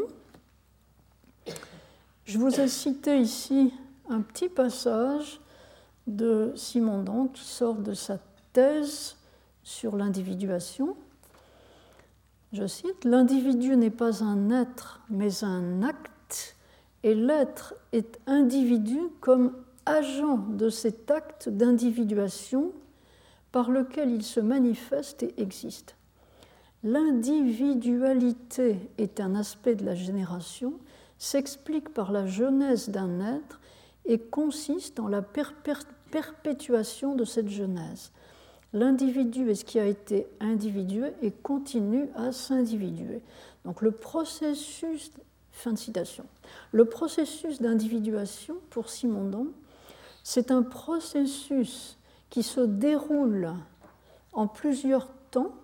Je vous ai cité ici un petit passage de Simondon qui sort de sa thèse sur l'individuation. Je cite, « L'individu n'est pas un être, mais un acte, et l'être est individu comme agent de cet acte d'individuation par lequel il se manifeste et existe. L'individualité est un aspect de la génération, s'explique par la genèse d'un être et consiste dans la perpétuation de cette genèse. L'individu est ce qui a été individué et continue à s'individuer. Donc le processus, fin de citation, le processus d'individuation pour Simondon, c'est un processus qui se déroule en plusieurs temps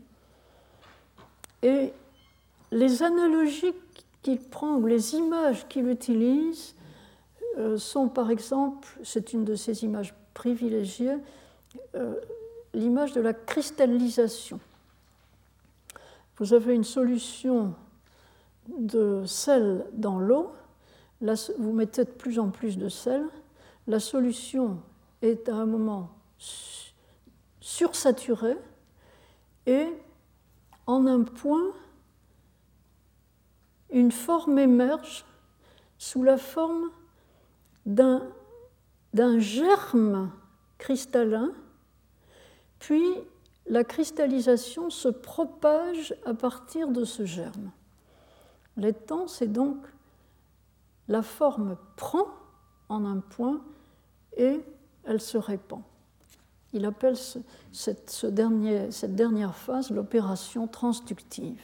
et les analogies qu'il prend ou les images qu'il utilise sont par exemple, c'est une de ces images privilégiées, l'image de la cristallisation. Vous avez une solution de sel dans l'eau, vous mettez de plus en plus de sel, la solution est à un moment sursaturée et en un point, une forme émerge sous la forme d'un germe cristallin, puis la cristallisation se propage à partir de ce germe. L'étang, c'est donc la forme prend en un point et elle se répand. Il appelle cette dernière phase l'opération transductive.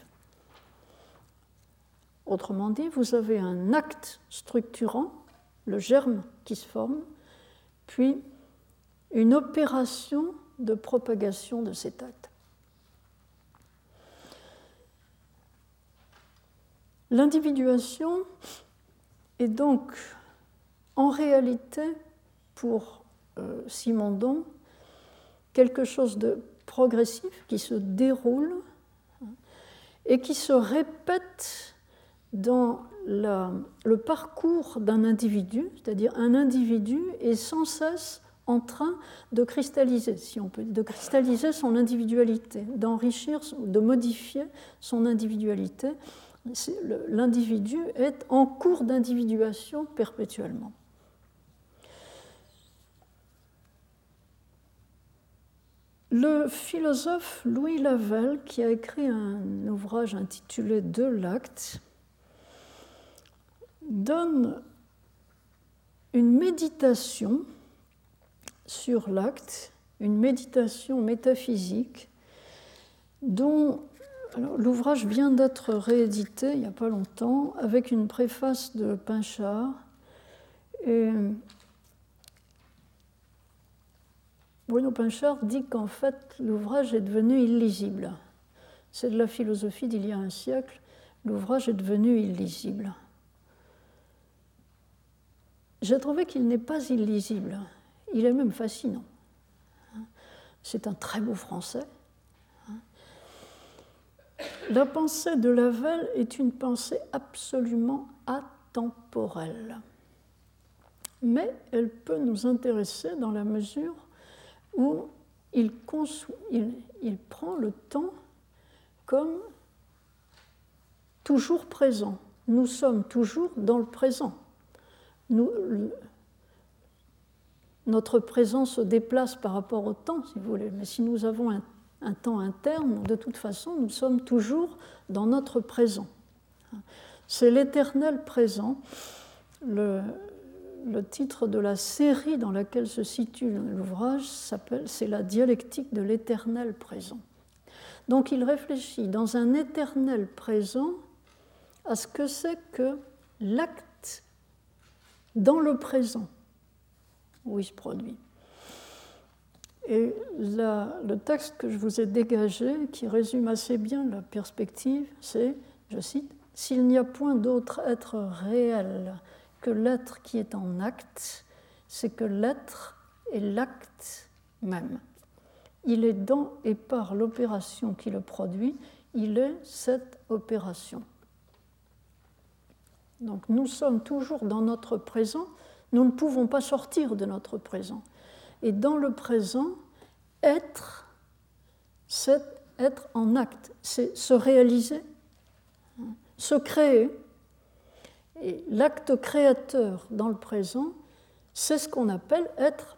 Autrement dit, vous avez un acte structurant, le germe qui se forme, puis une opération de propagation de cet acte. L'individuation est donc en réalité, pour Simondon, quelque chose de progressif qui se déroule et qui se répète dans le parcours d'un individu, c'est-à-dire un individu est sans cesse en train de cristalliser, si on peut, de cristalliser son individualité, d'enrichir, de modifier son individualité. L'individu est en cours d'individuation perpétuellement. Le philosophe Louis Lavelle, qui a écrit un ouvrage intitulé « De l'acte », donne une méditation sur l'acte, une méditation métaphysique, dont l'ouvrage vient d'être réédité il n'y a pas longtemps, avec une préface de Pinchard. Et Bruno Pinchard dit qu'en fait, l'ouvrage est devenu illisible. C'est de la philosophie d'il y a un siècle, l'ouvrage est devenu illisible. J'ai trouvé qu'il n'est pas illisible, il est même fascinant. C'est un très beau français. La pensée de Lavelle est une pensée absolument atemporelle. Mais elle peut nous intéresser dans la mesure où il prend le temps comme toujours présent. Nous sommes toujours dans le présent. Notre présent se déplace par rapport au temps, si vous voulez, mais si nous avons un temps interne, de toute façon, nous sommes toujours dans notre présent. C'est l'éternel présent. Le titre de la série dans laquelle se situe l'ouvrage c'est la dialectique de l'éternel présent. Donc il réfléchit dans un éternel présent à ce que c'est que l'acte dans le présent où il se produit. Et le texte que je vous ai dégagé, qui résume assez bien la perspective, c'est, je cite, « S'il n'y a point d'autre être réel que l'être qui est en acte, c'est que l'être est l'acte même. Il est dans et par l'opération qui le produit, il est cette opération. » Donc nous sommes toujours dans notre présent, nous ne pouvons pas sortir de notre présent. Et dans le présent, être, c'est être en acte, c'est se réaliser, se créer. Et l'acte créateur dans le présent, C'est ce qu'on appelle être.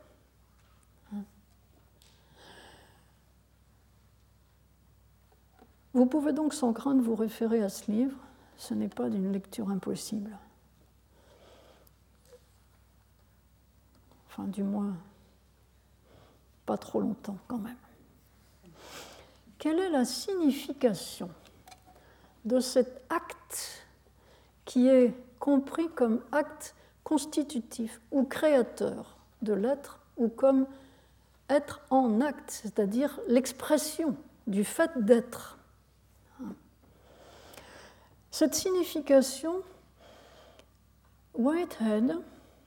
Vous pouvez donc sans crainte vous référer à ce livre, ce n'est pas d'une lecture impossible. Enfin, du moins, pas trop longtemps quand même. Quelle est la signification de cet acte qui est compris comme acte constitutif ou créateur de l'être, ou comme être en acte, c'est-à-dire l'expression du fait d'être? Cette signification, Whitehead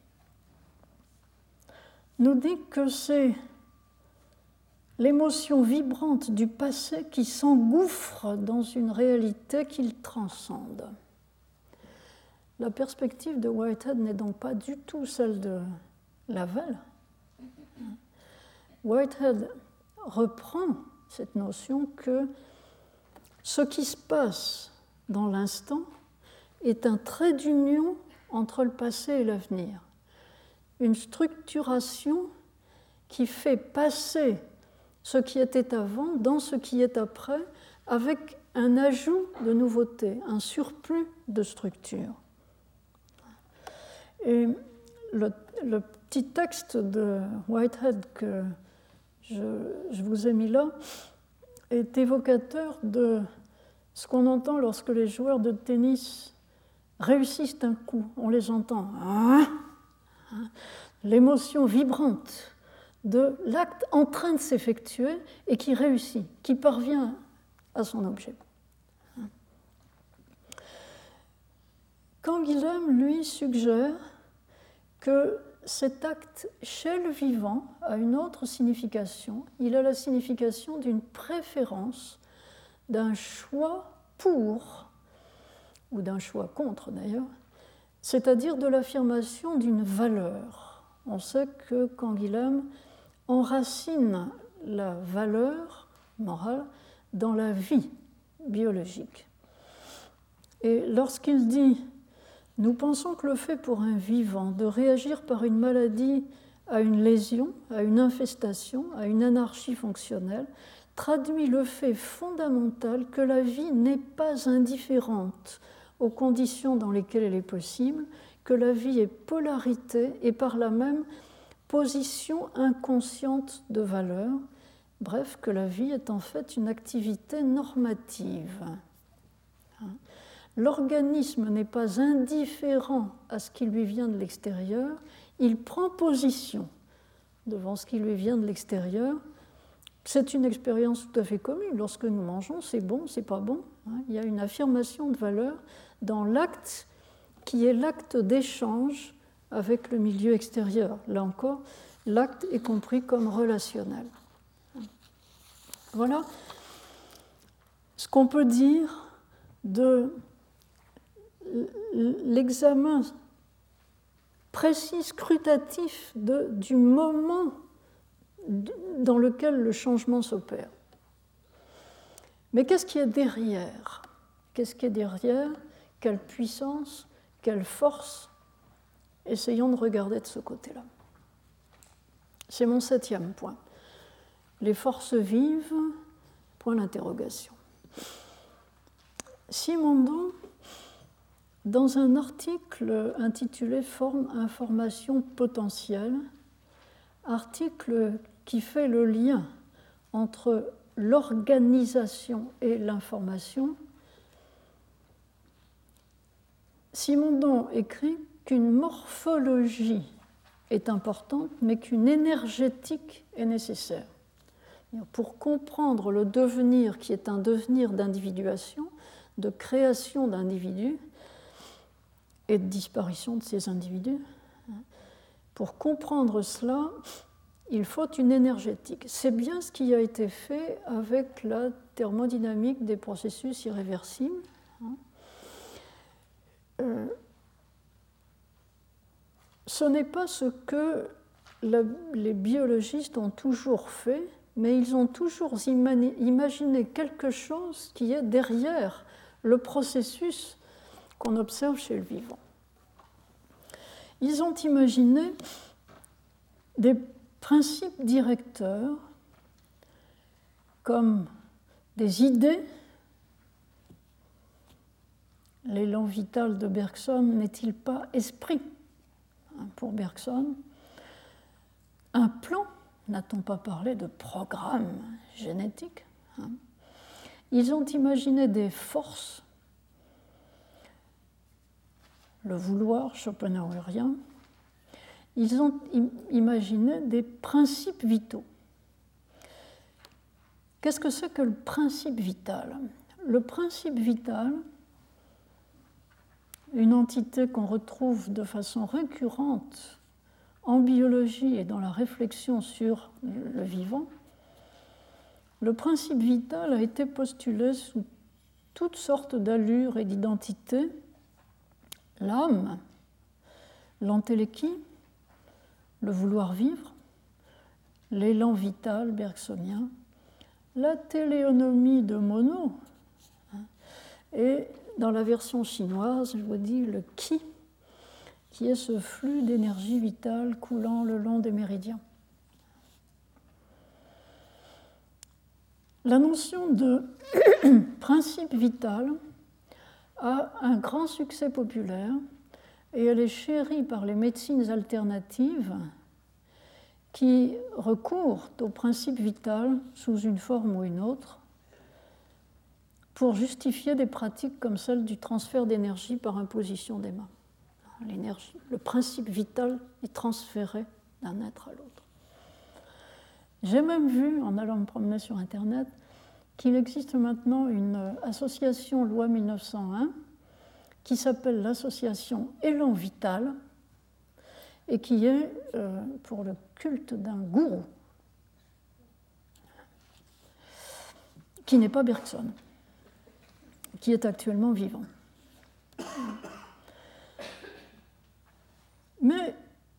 nous dit que c'est l'émotion vibrante du passé qui s'engouffre dans une réalité qu'il transcende. La perspective de Whitehead n'est donc pas du tout celle de Lavelle. Whitehead reprend cette notion que ce qui se passe dans l'instant est un trait d'union entre le passé et l'avenir, une structuration qui fait passer ce qui était avant dans ce qui est après, avec un ajout de nouveauté, un surplus de structure. Et le petit texte de Whitehead que je vous ai mis là est évocateur de ce qu'on entend lorsque les joueurs de tennis réussissent un coup. On les entend. L'émotion vibrante de l'acte en train de s'effectuer et qui réussit, qui parvient à son objet. Canguilhem, lui, suggère que cet acte chez le vivant a une autre signification. Il a la signification d'une préférence, d'un choix pour, ou d'un choix contre d'ailleurs, c'est-à-dire de l'affirmation d'une valeur. On sait que Canguilhem enracine la valeur morale dans la vie biologique. Et lorsqu'il dit « Nous pensons que le fait pour un vivant de réagir par une maladie à une lésion, à une infestation, à une anarchie fonctionnelle, traduit le fait fondamental que la vie n'est pas indifférente aux conditions dans lesquelles elle est possible, que la vie est polarité et par là même position inconsciente de valeur, bref, que la vie est en fait une activité normative. L'organisme n'est pas indifférent à ce qui lui vient de l'extérieur, il prend position devant ce qui lui vient de l'extérieur. C'est une expérience tout à fait commune. Lorsque nous mangeons, c'est bon, c'est pas bon. Il y a une affirmation de valeur dans l'acte qui est l'acte d'échange avec le milieu extérieur. Là encore, l'acte est compris comme relationnel. Voilà ce qu'on peut dire de l'examen précis, scrutatif du moment dans lequel le changement s'opère. Mais qu'est-ce qui est derrière? Qu'est-ce qui est derrière? Quelle puissance? Quelle force? Essayons de regarder de ce côté-là. C'est mon 7e point. Les forces vives, point d'interrogation. Simondon, dans un article intitulé « Forme, information, potentiel », article qui fait le lien entre l'organisation et l'information, Simondon écrit qu'une morphologie est importante, mais qu'une énergétique est nécessaire. Pour comprendre le devenir qui est un devenir d'individuation, de création d'individus et de disparition de ces individus, pour comprendre cela, il faut une énergétique. C'est bien ce qui a été fait avec la thermodynamique des processus irréversibles. Ce n'est pas ce que les biologistes ont toujours fait, mais ils ont toujours imaginé quelque chose qui est derrière le processus qu'on observe chez le vivant. Ils ont imaginé des principes directeurs comme des idées. L'élan vital de Bergson n'est-il pas esprit pour Bergson? Un plan, n'a-t-on pas parlé de programme génétique? Ils ont imaginé des forces, le vouloir schopenhauerien. Ils ont imaginé des principes vitaux. Qu'est-ce que c'est que le principe vital? Le principe vital, une entité qu'on retrouve de façon récurrente en biologie et dans la réflexion sur le vivant, le principe vital a été postulé sous toutes sortes d'allures et d'identités. L'âme, l'entéléchie, le vouloir vivre, l'élan vital bergsonien, la téléonomie de Monod, et dans la version chinoise, je vous dis le qi, qui est ce flux d'énergie vitale coulant le long des méridiens. La notion de principe vital a un grand succès populaire et elle est chérie par les médecines alternatives qui recourent au principe vital sous une forme ou une autre pour justifier des pratiques comme celle du transfert d'énergie par imposition des mains. L'énergie, le principe vital est transféré d'un être à l'autre. J'ai même vu, en allant me promener sur Internet, qu'il existe maintenant une association loi 1901 qui s'appelle l'association Élan Vital et qui est pour le culte d'un gourou qui n'est pas Bergson, qui est actuellement vivant. Mais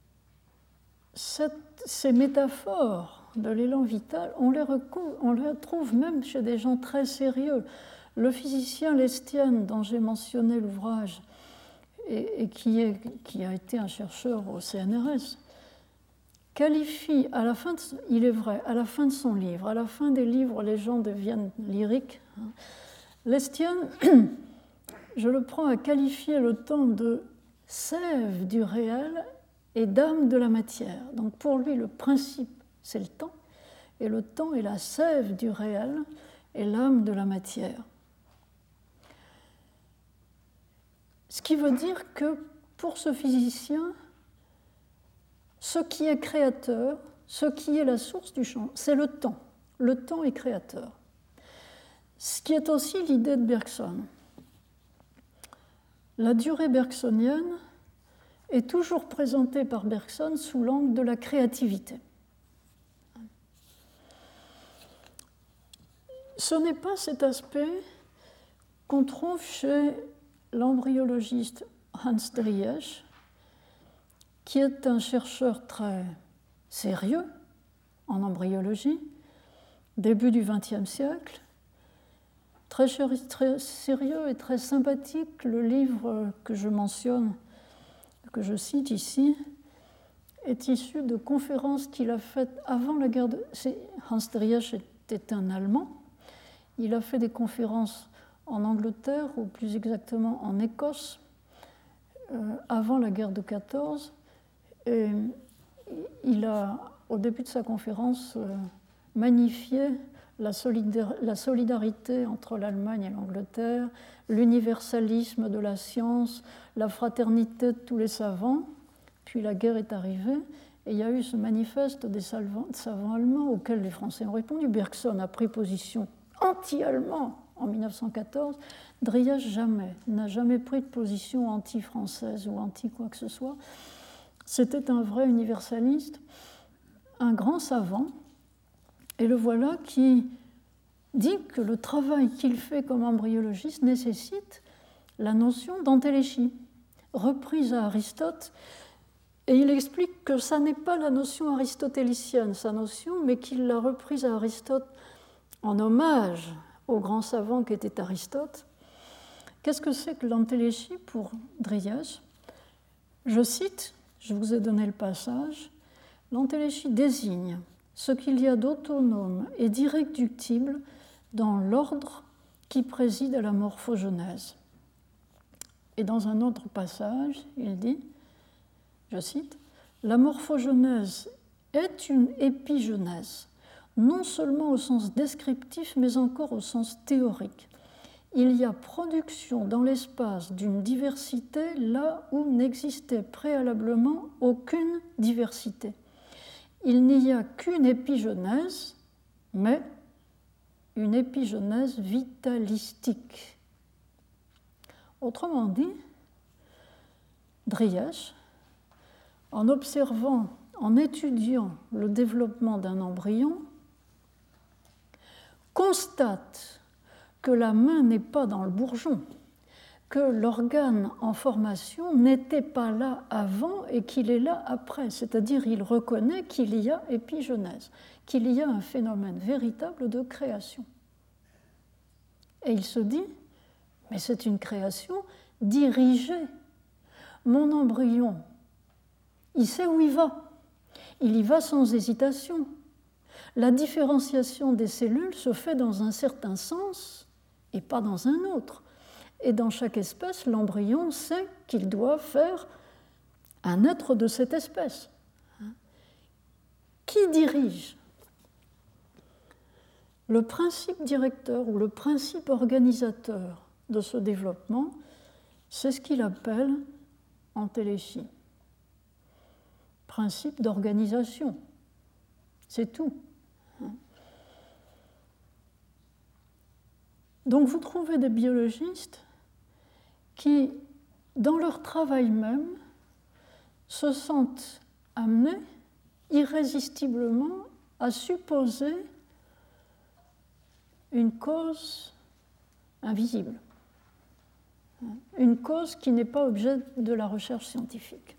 ces métaphores de l'élan vital, on les retrouve même chez des gens très sérieux. Le physicien Lestienne, dont j'ai mentionné l'ouvrage, et qui a été un chercheur au CNRS, qualifie, à la fin il est vrai, à la fin de son livre, à la fin des livres Les gens deviennent lyriques, Lestienne, je le prends à qualifier le temps de sève du réel et d'âme de la matière. Donc pour lui, le principe, c'est le temps, et le temps est la sève du réel et l'âme de la matière. Ce qui veut dire que pour ce physicien, ce qui est créateur, ce qui est la source du champ, c'est le temps. Le temps est créateur. Ce qui est aussi l'idée de Bergson. La durée bergsonienne est toujours présentée par Bergson sous l'angle de la créativité. Ce n'est pas cet aspect qu'on trouve chez l'embryologiste Hans Driesch, qui est un chercheur très sérieux en embryologie, début du XXe siècle, très sérieux et très sympathique. Le livre que je mentionne, que je cite ici, est issu de conférences qu'il a faites avant la guerre de... Hans Driesch était un Allemand. Il a fait des conférences en Angleterre, ou plus exactement en Écosse, avant la guerre de 14. Et il a, au début de sa conférence, magnifié la solidarité entre l'Allemagne et l'Angleterre, l'universalisme de la science, la fraternité de tous les savants. Puis la guerre est arrivée et il y a eu ce manifeste des savants allemands auquel les Français ont répondu. Bergson a pris position anti-allemand en 1914. Driesch n'a jamais pris de position anti-française ou anti quoi que ce soit. C'était un vrai universaliste, un grand savant. Et le voilà qui dit que le travail qu'il fait comme embryologiste nécessite la notion d'entéléchie, reprise à Aristote. Et il explique que ça n'est pas la notion aristotélicienne, sa notion, mais qu'il l'a reprise à Aristote en hommage au grand savant qu'était Aristote. Qu'est-ce que c'est que l'entéléchie pour Driesch? Je cite, je vous ai donné le passage, L'entéléchie désigne ce qu'il y a d'autonome et d'irréductible dans l'ordre qui préside à la morphogenèse. Et dans un autre passage, il dit, je cite, « La morphogenèse est une épigenèse, non seulement au sens descriptif, mais encore au sens théorique. Il y a production dans l'espace d'une diversité là où n'existait préalablement aucune diversité. Il n'y a qu'une épigenèse, mais une épigenèse vitalistique. » Autrement dit, Driesch, en observant, en étudiant le développement d'un embryon, constate que la main n'est pas dans le bourgeon, que l'organe en formation n'était pas là avant et qu'il est là après. C'est-à-dire, il reconnaît qu'il y a épigenèse, qu'il y a un phénomène véritable de création. Et il se dit, mais c'est une création dirigée. Mon embryon, il sait où il va. Il y va sans hésitation. La différenciation des cellules se fait dans un certain sens et pas dans un autre. Et dans chaque espèce, l'embryon sait qu'il doit faire un être de cette espèce. Qui dirige ? Le principe directeur ou le principe organisateur de ce développement, c'est ce qu'il appelle entéléchie. Principe d'organisation. C'est tout. Donc vous trouvez des biologistes qui, dans leur travail même, se sentent amenés irrésistiblement à supposer une cause invisible, une cause qui n'est pas objet de la recherche scientifique.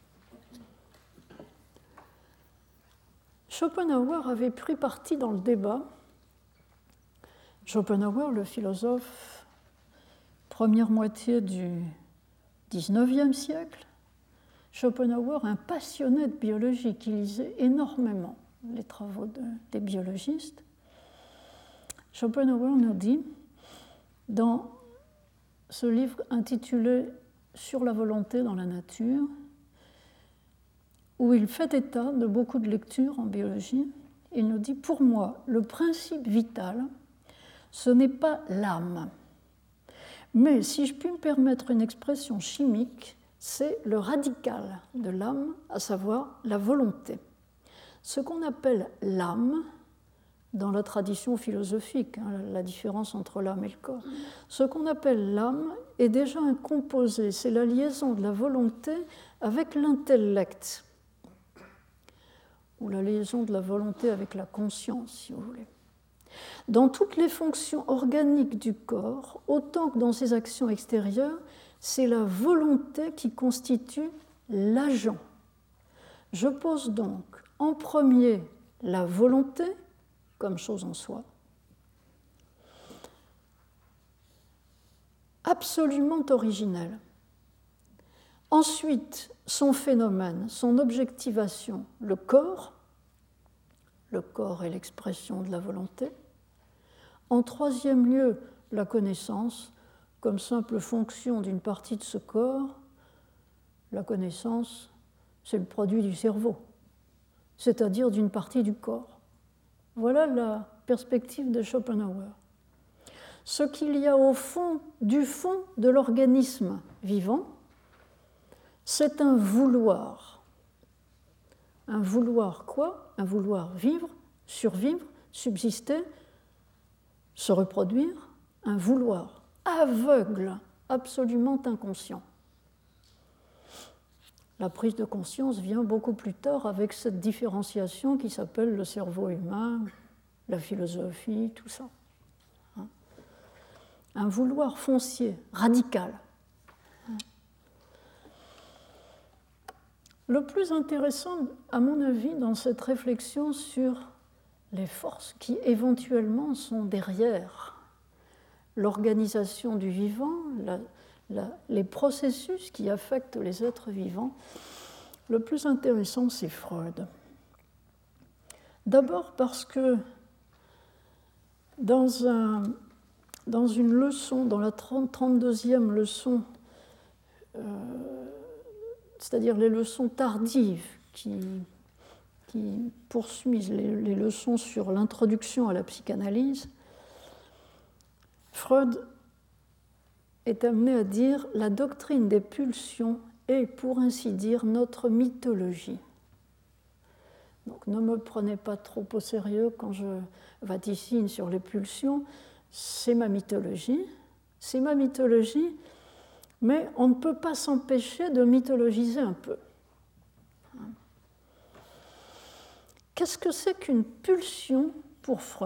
Schopenhauer avait pris parti dans le débat. Schopenhauer, le philosophe, première moitié du XIXe siècle, Schopenhauer, un passionné de biologie qui lisait énormément les travaux des biologistes, Schopenhauer nous dit, dans ce livre intitulé « Sur la volonté dans la nature », où il fait état de beaucoup de lectures en biologie, il nous dit « Pour moi, le principe vital, ce n'est pas l'âme, mais si je puis me permettre une expression chimique, c'est le radical de l'âme, à savoir la volonté. Ce qu'on appelle l'âme, dans la tradition philosophique, la différence entre l'âme et le corps, ce qu'on appelle l'âme est déjà un composé, c'est la liaison de la volonté avec l'intellect, ou la liaison de la volonté avec la conscience, si vous voulez. Dans toutes les fonctions organiques du corps, autant que dans ses actions extérieures, c'est la volonté qui constitue l'agent. Je pose donc en premier la volonté comme chose en soi, absolument originelle. Ensuite, son phénomène, son objectivation, le corps est l'expression de la volonté. En troisième lieu, la connaissance, comme simple fonction d'une partie de ce corps. La connaissance, c'est le produit du cerveau, c'est-à-dire d'une partie du corps. Voilà la perspective de Schopenhauer. Ce qu'il y a au fond de l'organisme vivant, c'est un vouloir. Un vouloir quoi ? Un vouloir vivre, survivre, subsister, se reproduire, un vouloir aveugle, absolument inconscient. La prise de conscience vient beaucoup plus tard avec cette différenciation qui s'appelle le cerveau humain, la philosophie, tout ça. Un vouloir foncier, radical. Le plus intéressant, à mon avis, dans cette réflexion sur les forces qui éventuellement sont derrière l'organisation du vivant, les processus qui affectent les êtres vivants, le plus intéressant, c'est Freud. D'abord parce que dans une leçon, dans la 32e leçon, c'est-à-dire les leçons tardives qui poursuivent les leçons sur l'introduction à la psychanalyse, Freud est amené à dire « La doctrine des pulsions est, pour ainsi dire, notre mythologie ». Donc ne me prenez pas trop au sérieux quand je vaticine sur les pulsions, c'est ma mythologie, mais on ne peut pas s'empêcher de mythologiser un peu. Qu'est-ce que c'est qu'une pulsion pour Freud ?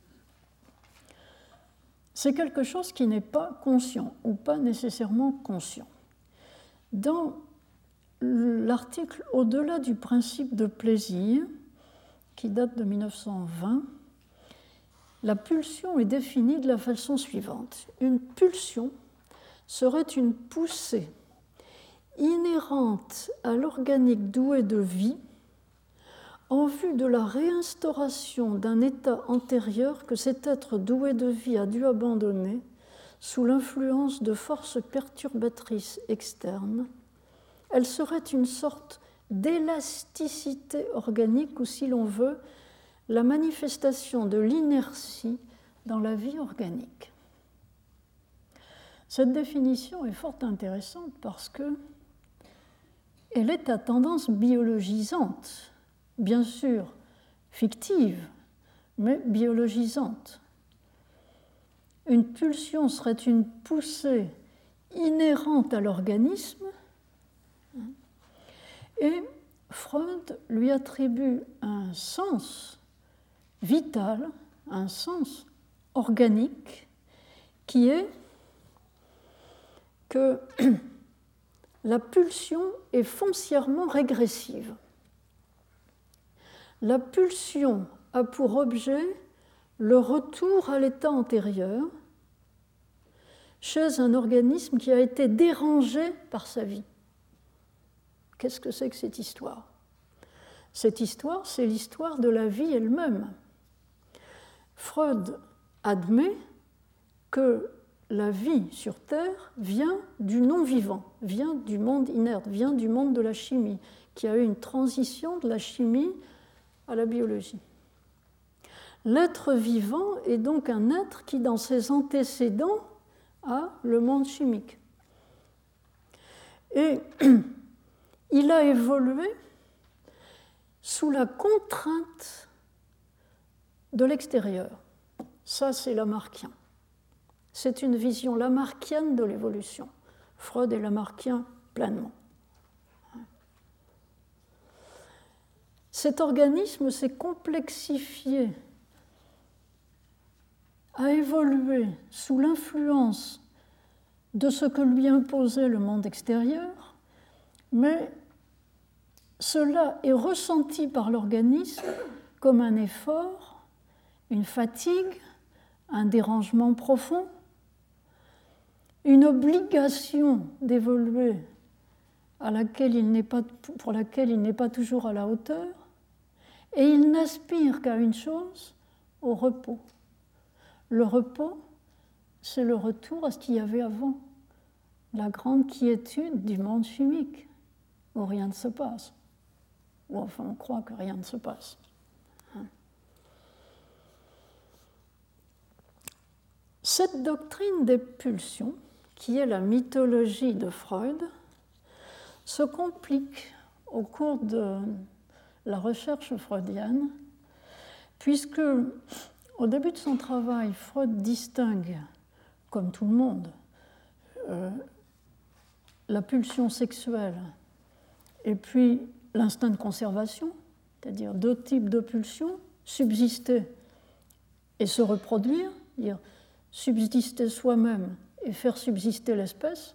C'est quelque chose qui n'est pas conscient ou pas nécessairement conscient. Dans l'article « Au-delà du principe de plaisir », qui date de 1920, la pulsion est définie de la façon suivante. Une pulsion serait une poussée inhérente à l'organique doué de vie en vue de la réinstauration d'un état antérieur que cet être doué de vie a dû abandonner sous l'influence de forces perturbatrices externes. Elle serait une sorte d'élasticité organique ou, si l'on veut, la manifestation de l'inertie dans la vie organique. Cette définition est fort intéressante parce qu'elle est à tendance biologisante, bien sûr fictive, mais biologisante. Une pulsion serait une poussée inhérente à l'organisme et Freud lui attribue un sens vital, un sens organique qui est que la pulsion est foncièrement régressive. La pulsion a pour objet le retour à l'état antérieur chez un organisme qui a été dérangé par sa vie. Qu'est-ce que c'est que cette histoire ? Cette histoire, c'est l'histoire de la vie elle-même. Freud admet que la vie sur Terre vient du non-vivant, vient du monde inerte, vient du monde de la chimie, qui a eu une transition de la chimie à la biologie. L'être vivant est donc un être qui, dans ses antécédents, a le monde chimique. Et il a évolué sous la contrainte de l'extérieur. Ça, c'est lamarckien. C'est une vision lamarckienne de l'évolution. Freud est lamarckien pleinement. Cet organisme s'est complexifié, a évolué sous l'influence de ce que lui imposait le monde extérieur, mais cela est ressenti par l'organisme comme un effort, une fatigue, un dérangement profond, une obligation d'évoluer pour laquelle il n'est pas toujours à la hauteur, et il n'aspire qu'à une chose, au repos. Le repos, c'est le retour à ce qu'il y avait avant, la grande quiétude du monde chimique, où rien ne se passe, ou enfin on croit que rien ne se passe. Cette doctrine des pulsions, qui est la mythologie de Freud, se complique au cours de la recherche freudienne, puisque au début de son travail, Freud distingue, comme tout le monde, la pulsion sexuelle et puis l'instinct de conservation, c'est-à-dire deux types de pulsions, subsister et se reproduire, c'est-à-dire subsister soi-même et faire subsister l'espèce.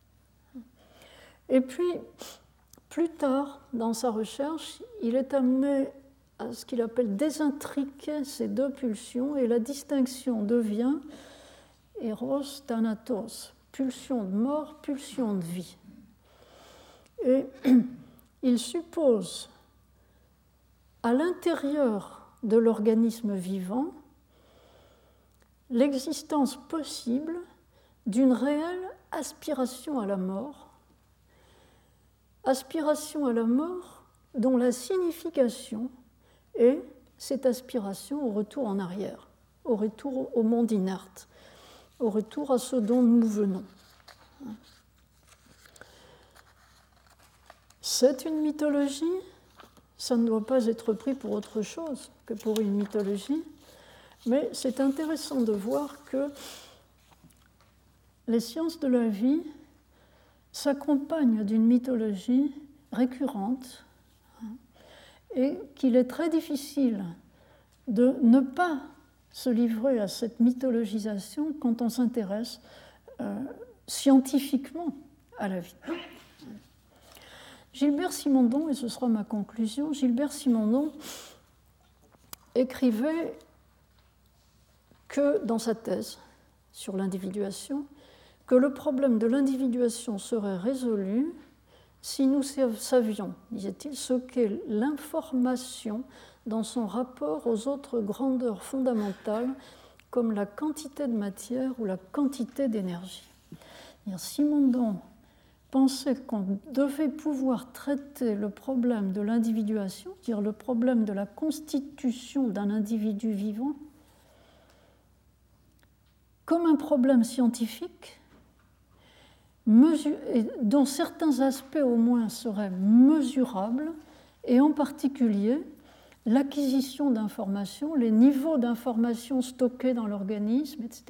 Et puis, plus tard, dans sa recherche, il est amené à ce qu'il appelle désintriquer ces deux pulsions, et la distinction devient Eros, Thanatos, pulsion de mort, pulsion de vie. Et il suppose à l'intérieur de l'organisme vivant l'existence possible d'une réelle aspiration à la mort dont la signification est cette aspiration au retour en arrière, au retour au monde inerte, au retour à ce dont nous venons. C'est une mythologie, ça ne doit pas être pris pour autre chose que pour une mythologie, mais c'est intéressant de voir que les sciences de la vie s'accompagnent d'une mythologie récurrente et qu'il est très difficile de ne pas se livrer à cette mythologisation quand on s'intéresse scientifiquement à la vie. Gilbert Simondon, et ce sera ma conclusion, Gilbert Simondon écrivait que dans sa thèse sur l'individuation, que le problème de l'individuation serait résolu si nous savions, disait-il, ce qu'est l'information dans son rapport aux autres grandeurs fondamentales comme la quantité de matière ou la quantité d'énergie. Simondon pensait qu'on devait pouvoir traiter le problème de l'individuation, c'est-à-dire le problème de la constitution d'un individu vivant, comme un problème scientifique dont certains aspects au moins seraient mesurables, et en particulier l'acquisition d'informations, les niveaux d'informations stockés dans l'organisme, etc.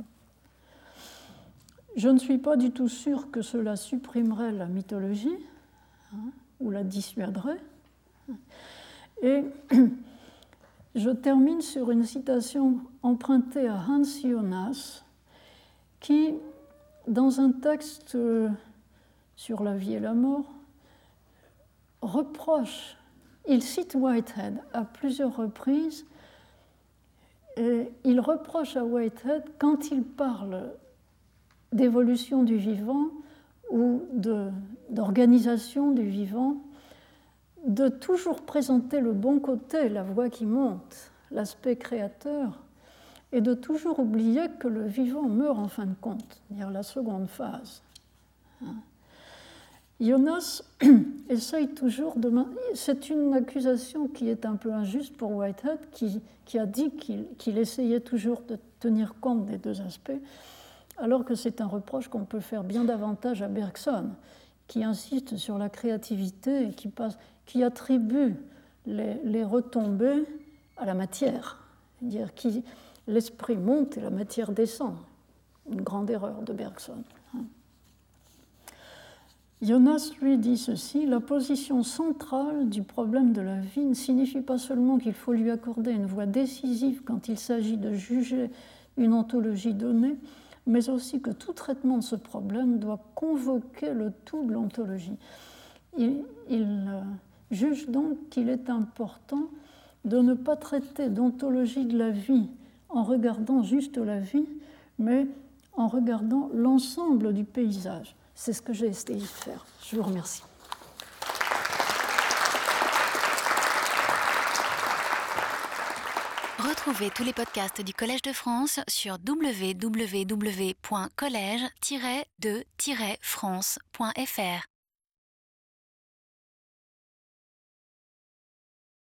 Je ne suis pas du tout sûre que cela supprimerait la mythologie ou la dissuaderait. Et je termine sur une citation empruntée à Hans Jonas qui, dans un texte sur la vie et la mort, il cite Whitehead à plusieurs reprises et il reproche à Whitehead, quand il parle d'évolution du vivant ou d'organisation du vivant, de toujours présenter le bon côté, la voix qui monte, l'aspect créateur, et de toujours oublier que le vivant meurt en fin de compte, c'est-à-dire la seconde phase. Jonas essaye toujours de... C'est une accusation qui est un peu injuste pour Whitehead, qui a dit qu'il essayait toujours de tenir compte des deux aspects, alors que c'est un reproche qu'on peut faire bien davantage à Bergson, qui insiste sur la créativité et qui attribue les retombées à la matière, c'est-à-dire que l'esprit monte et la matière descend. Une grande erreur de Bergson. Jonas, lui, dit ceci: la position centrale du problème de la vie ne signifie pas seulement qu'il faut lui accorder une voix décisive quand il s'agit de juger une ontologie donnée, mais aussi que tout traitement de ce problème doit convoquer le tout de l'ontologie. Il juge donc qu'il est important de ne pas traiter d'ontologie de la vie en regardant juste la vie, mais en regardant l'ensemble du paysage. C'est ce que j'ai essayé de faire. Je vous remercie. Retrouvez tous les podcasts du Collège de France sur www.collège-de-france.fr.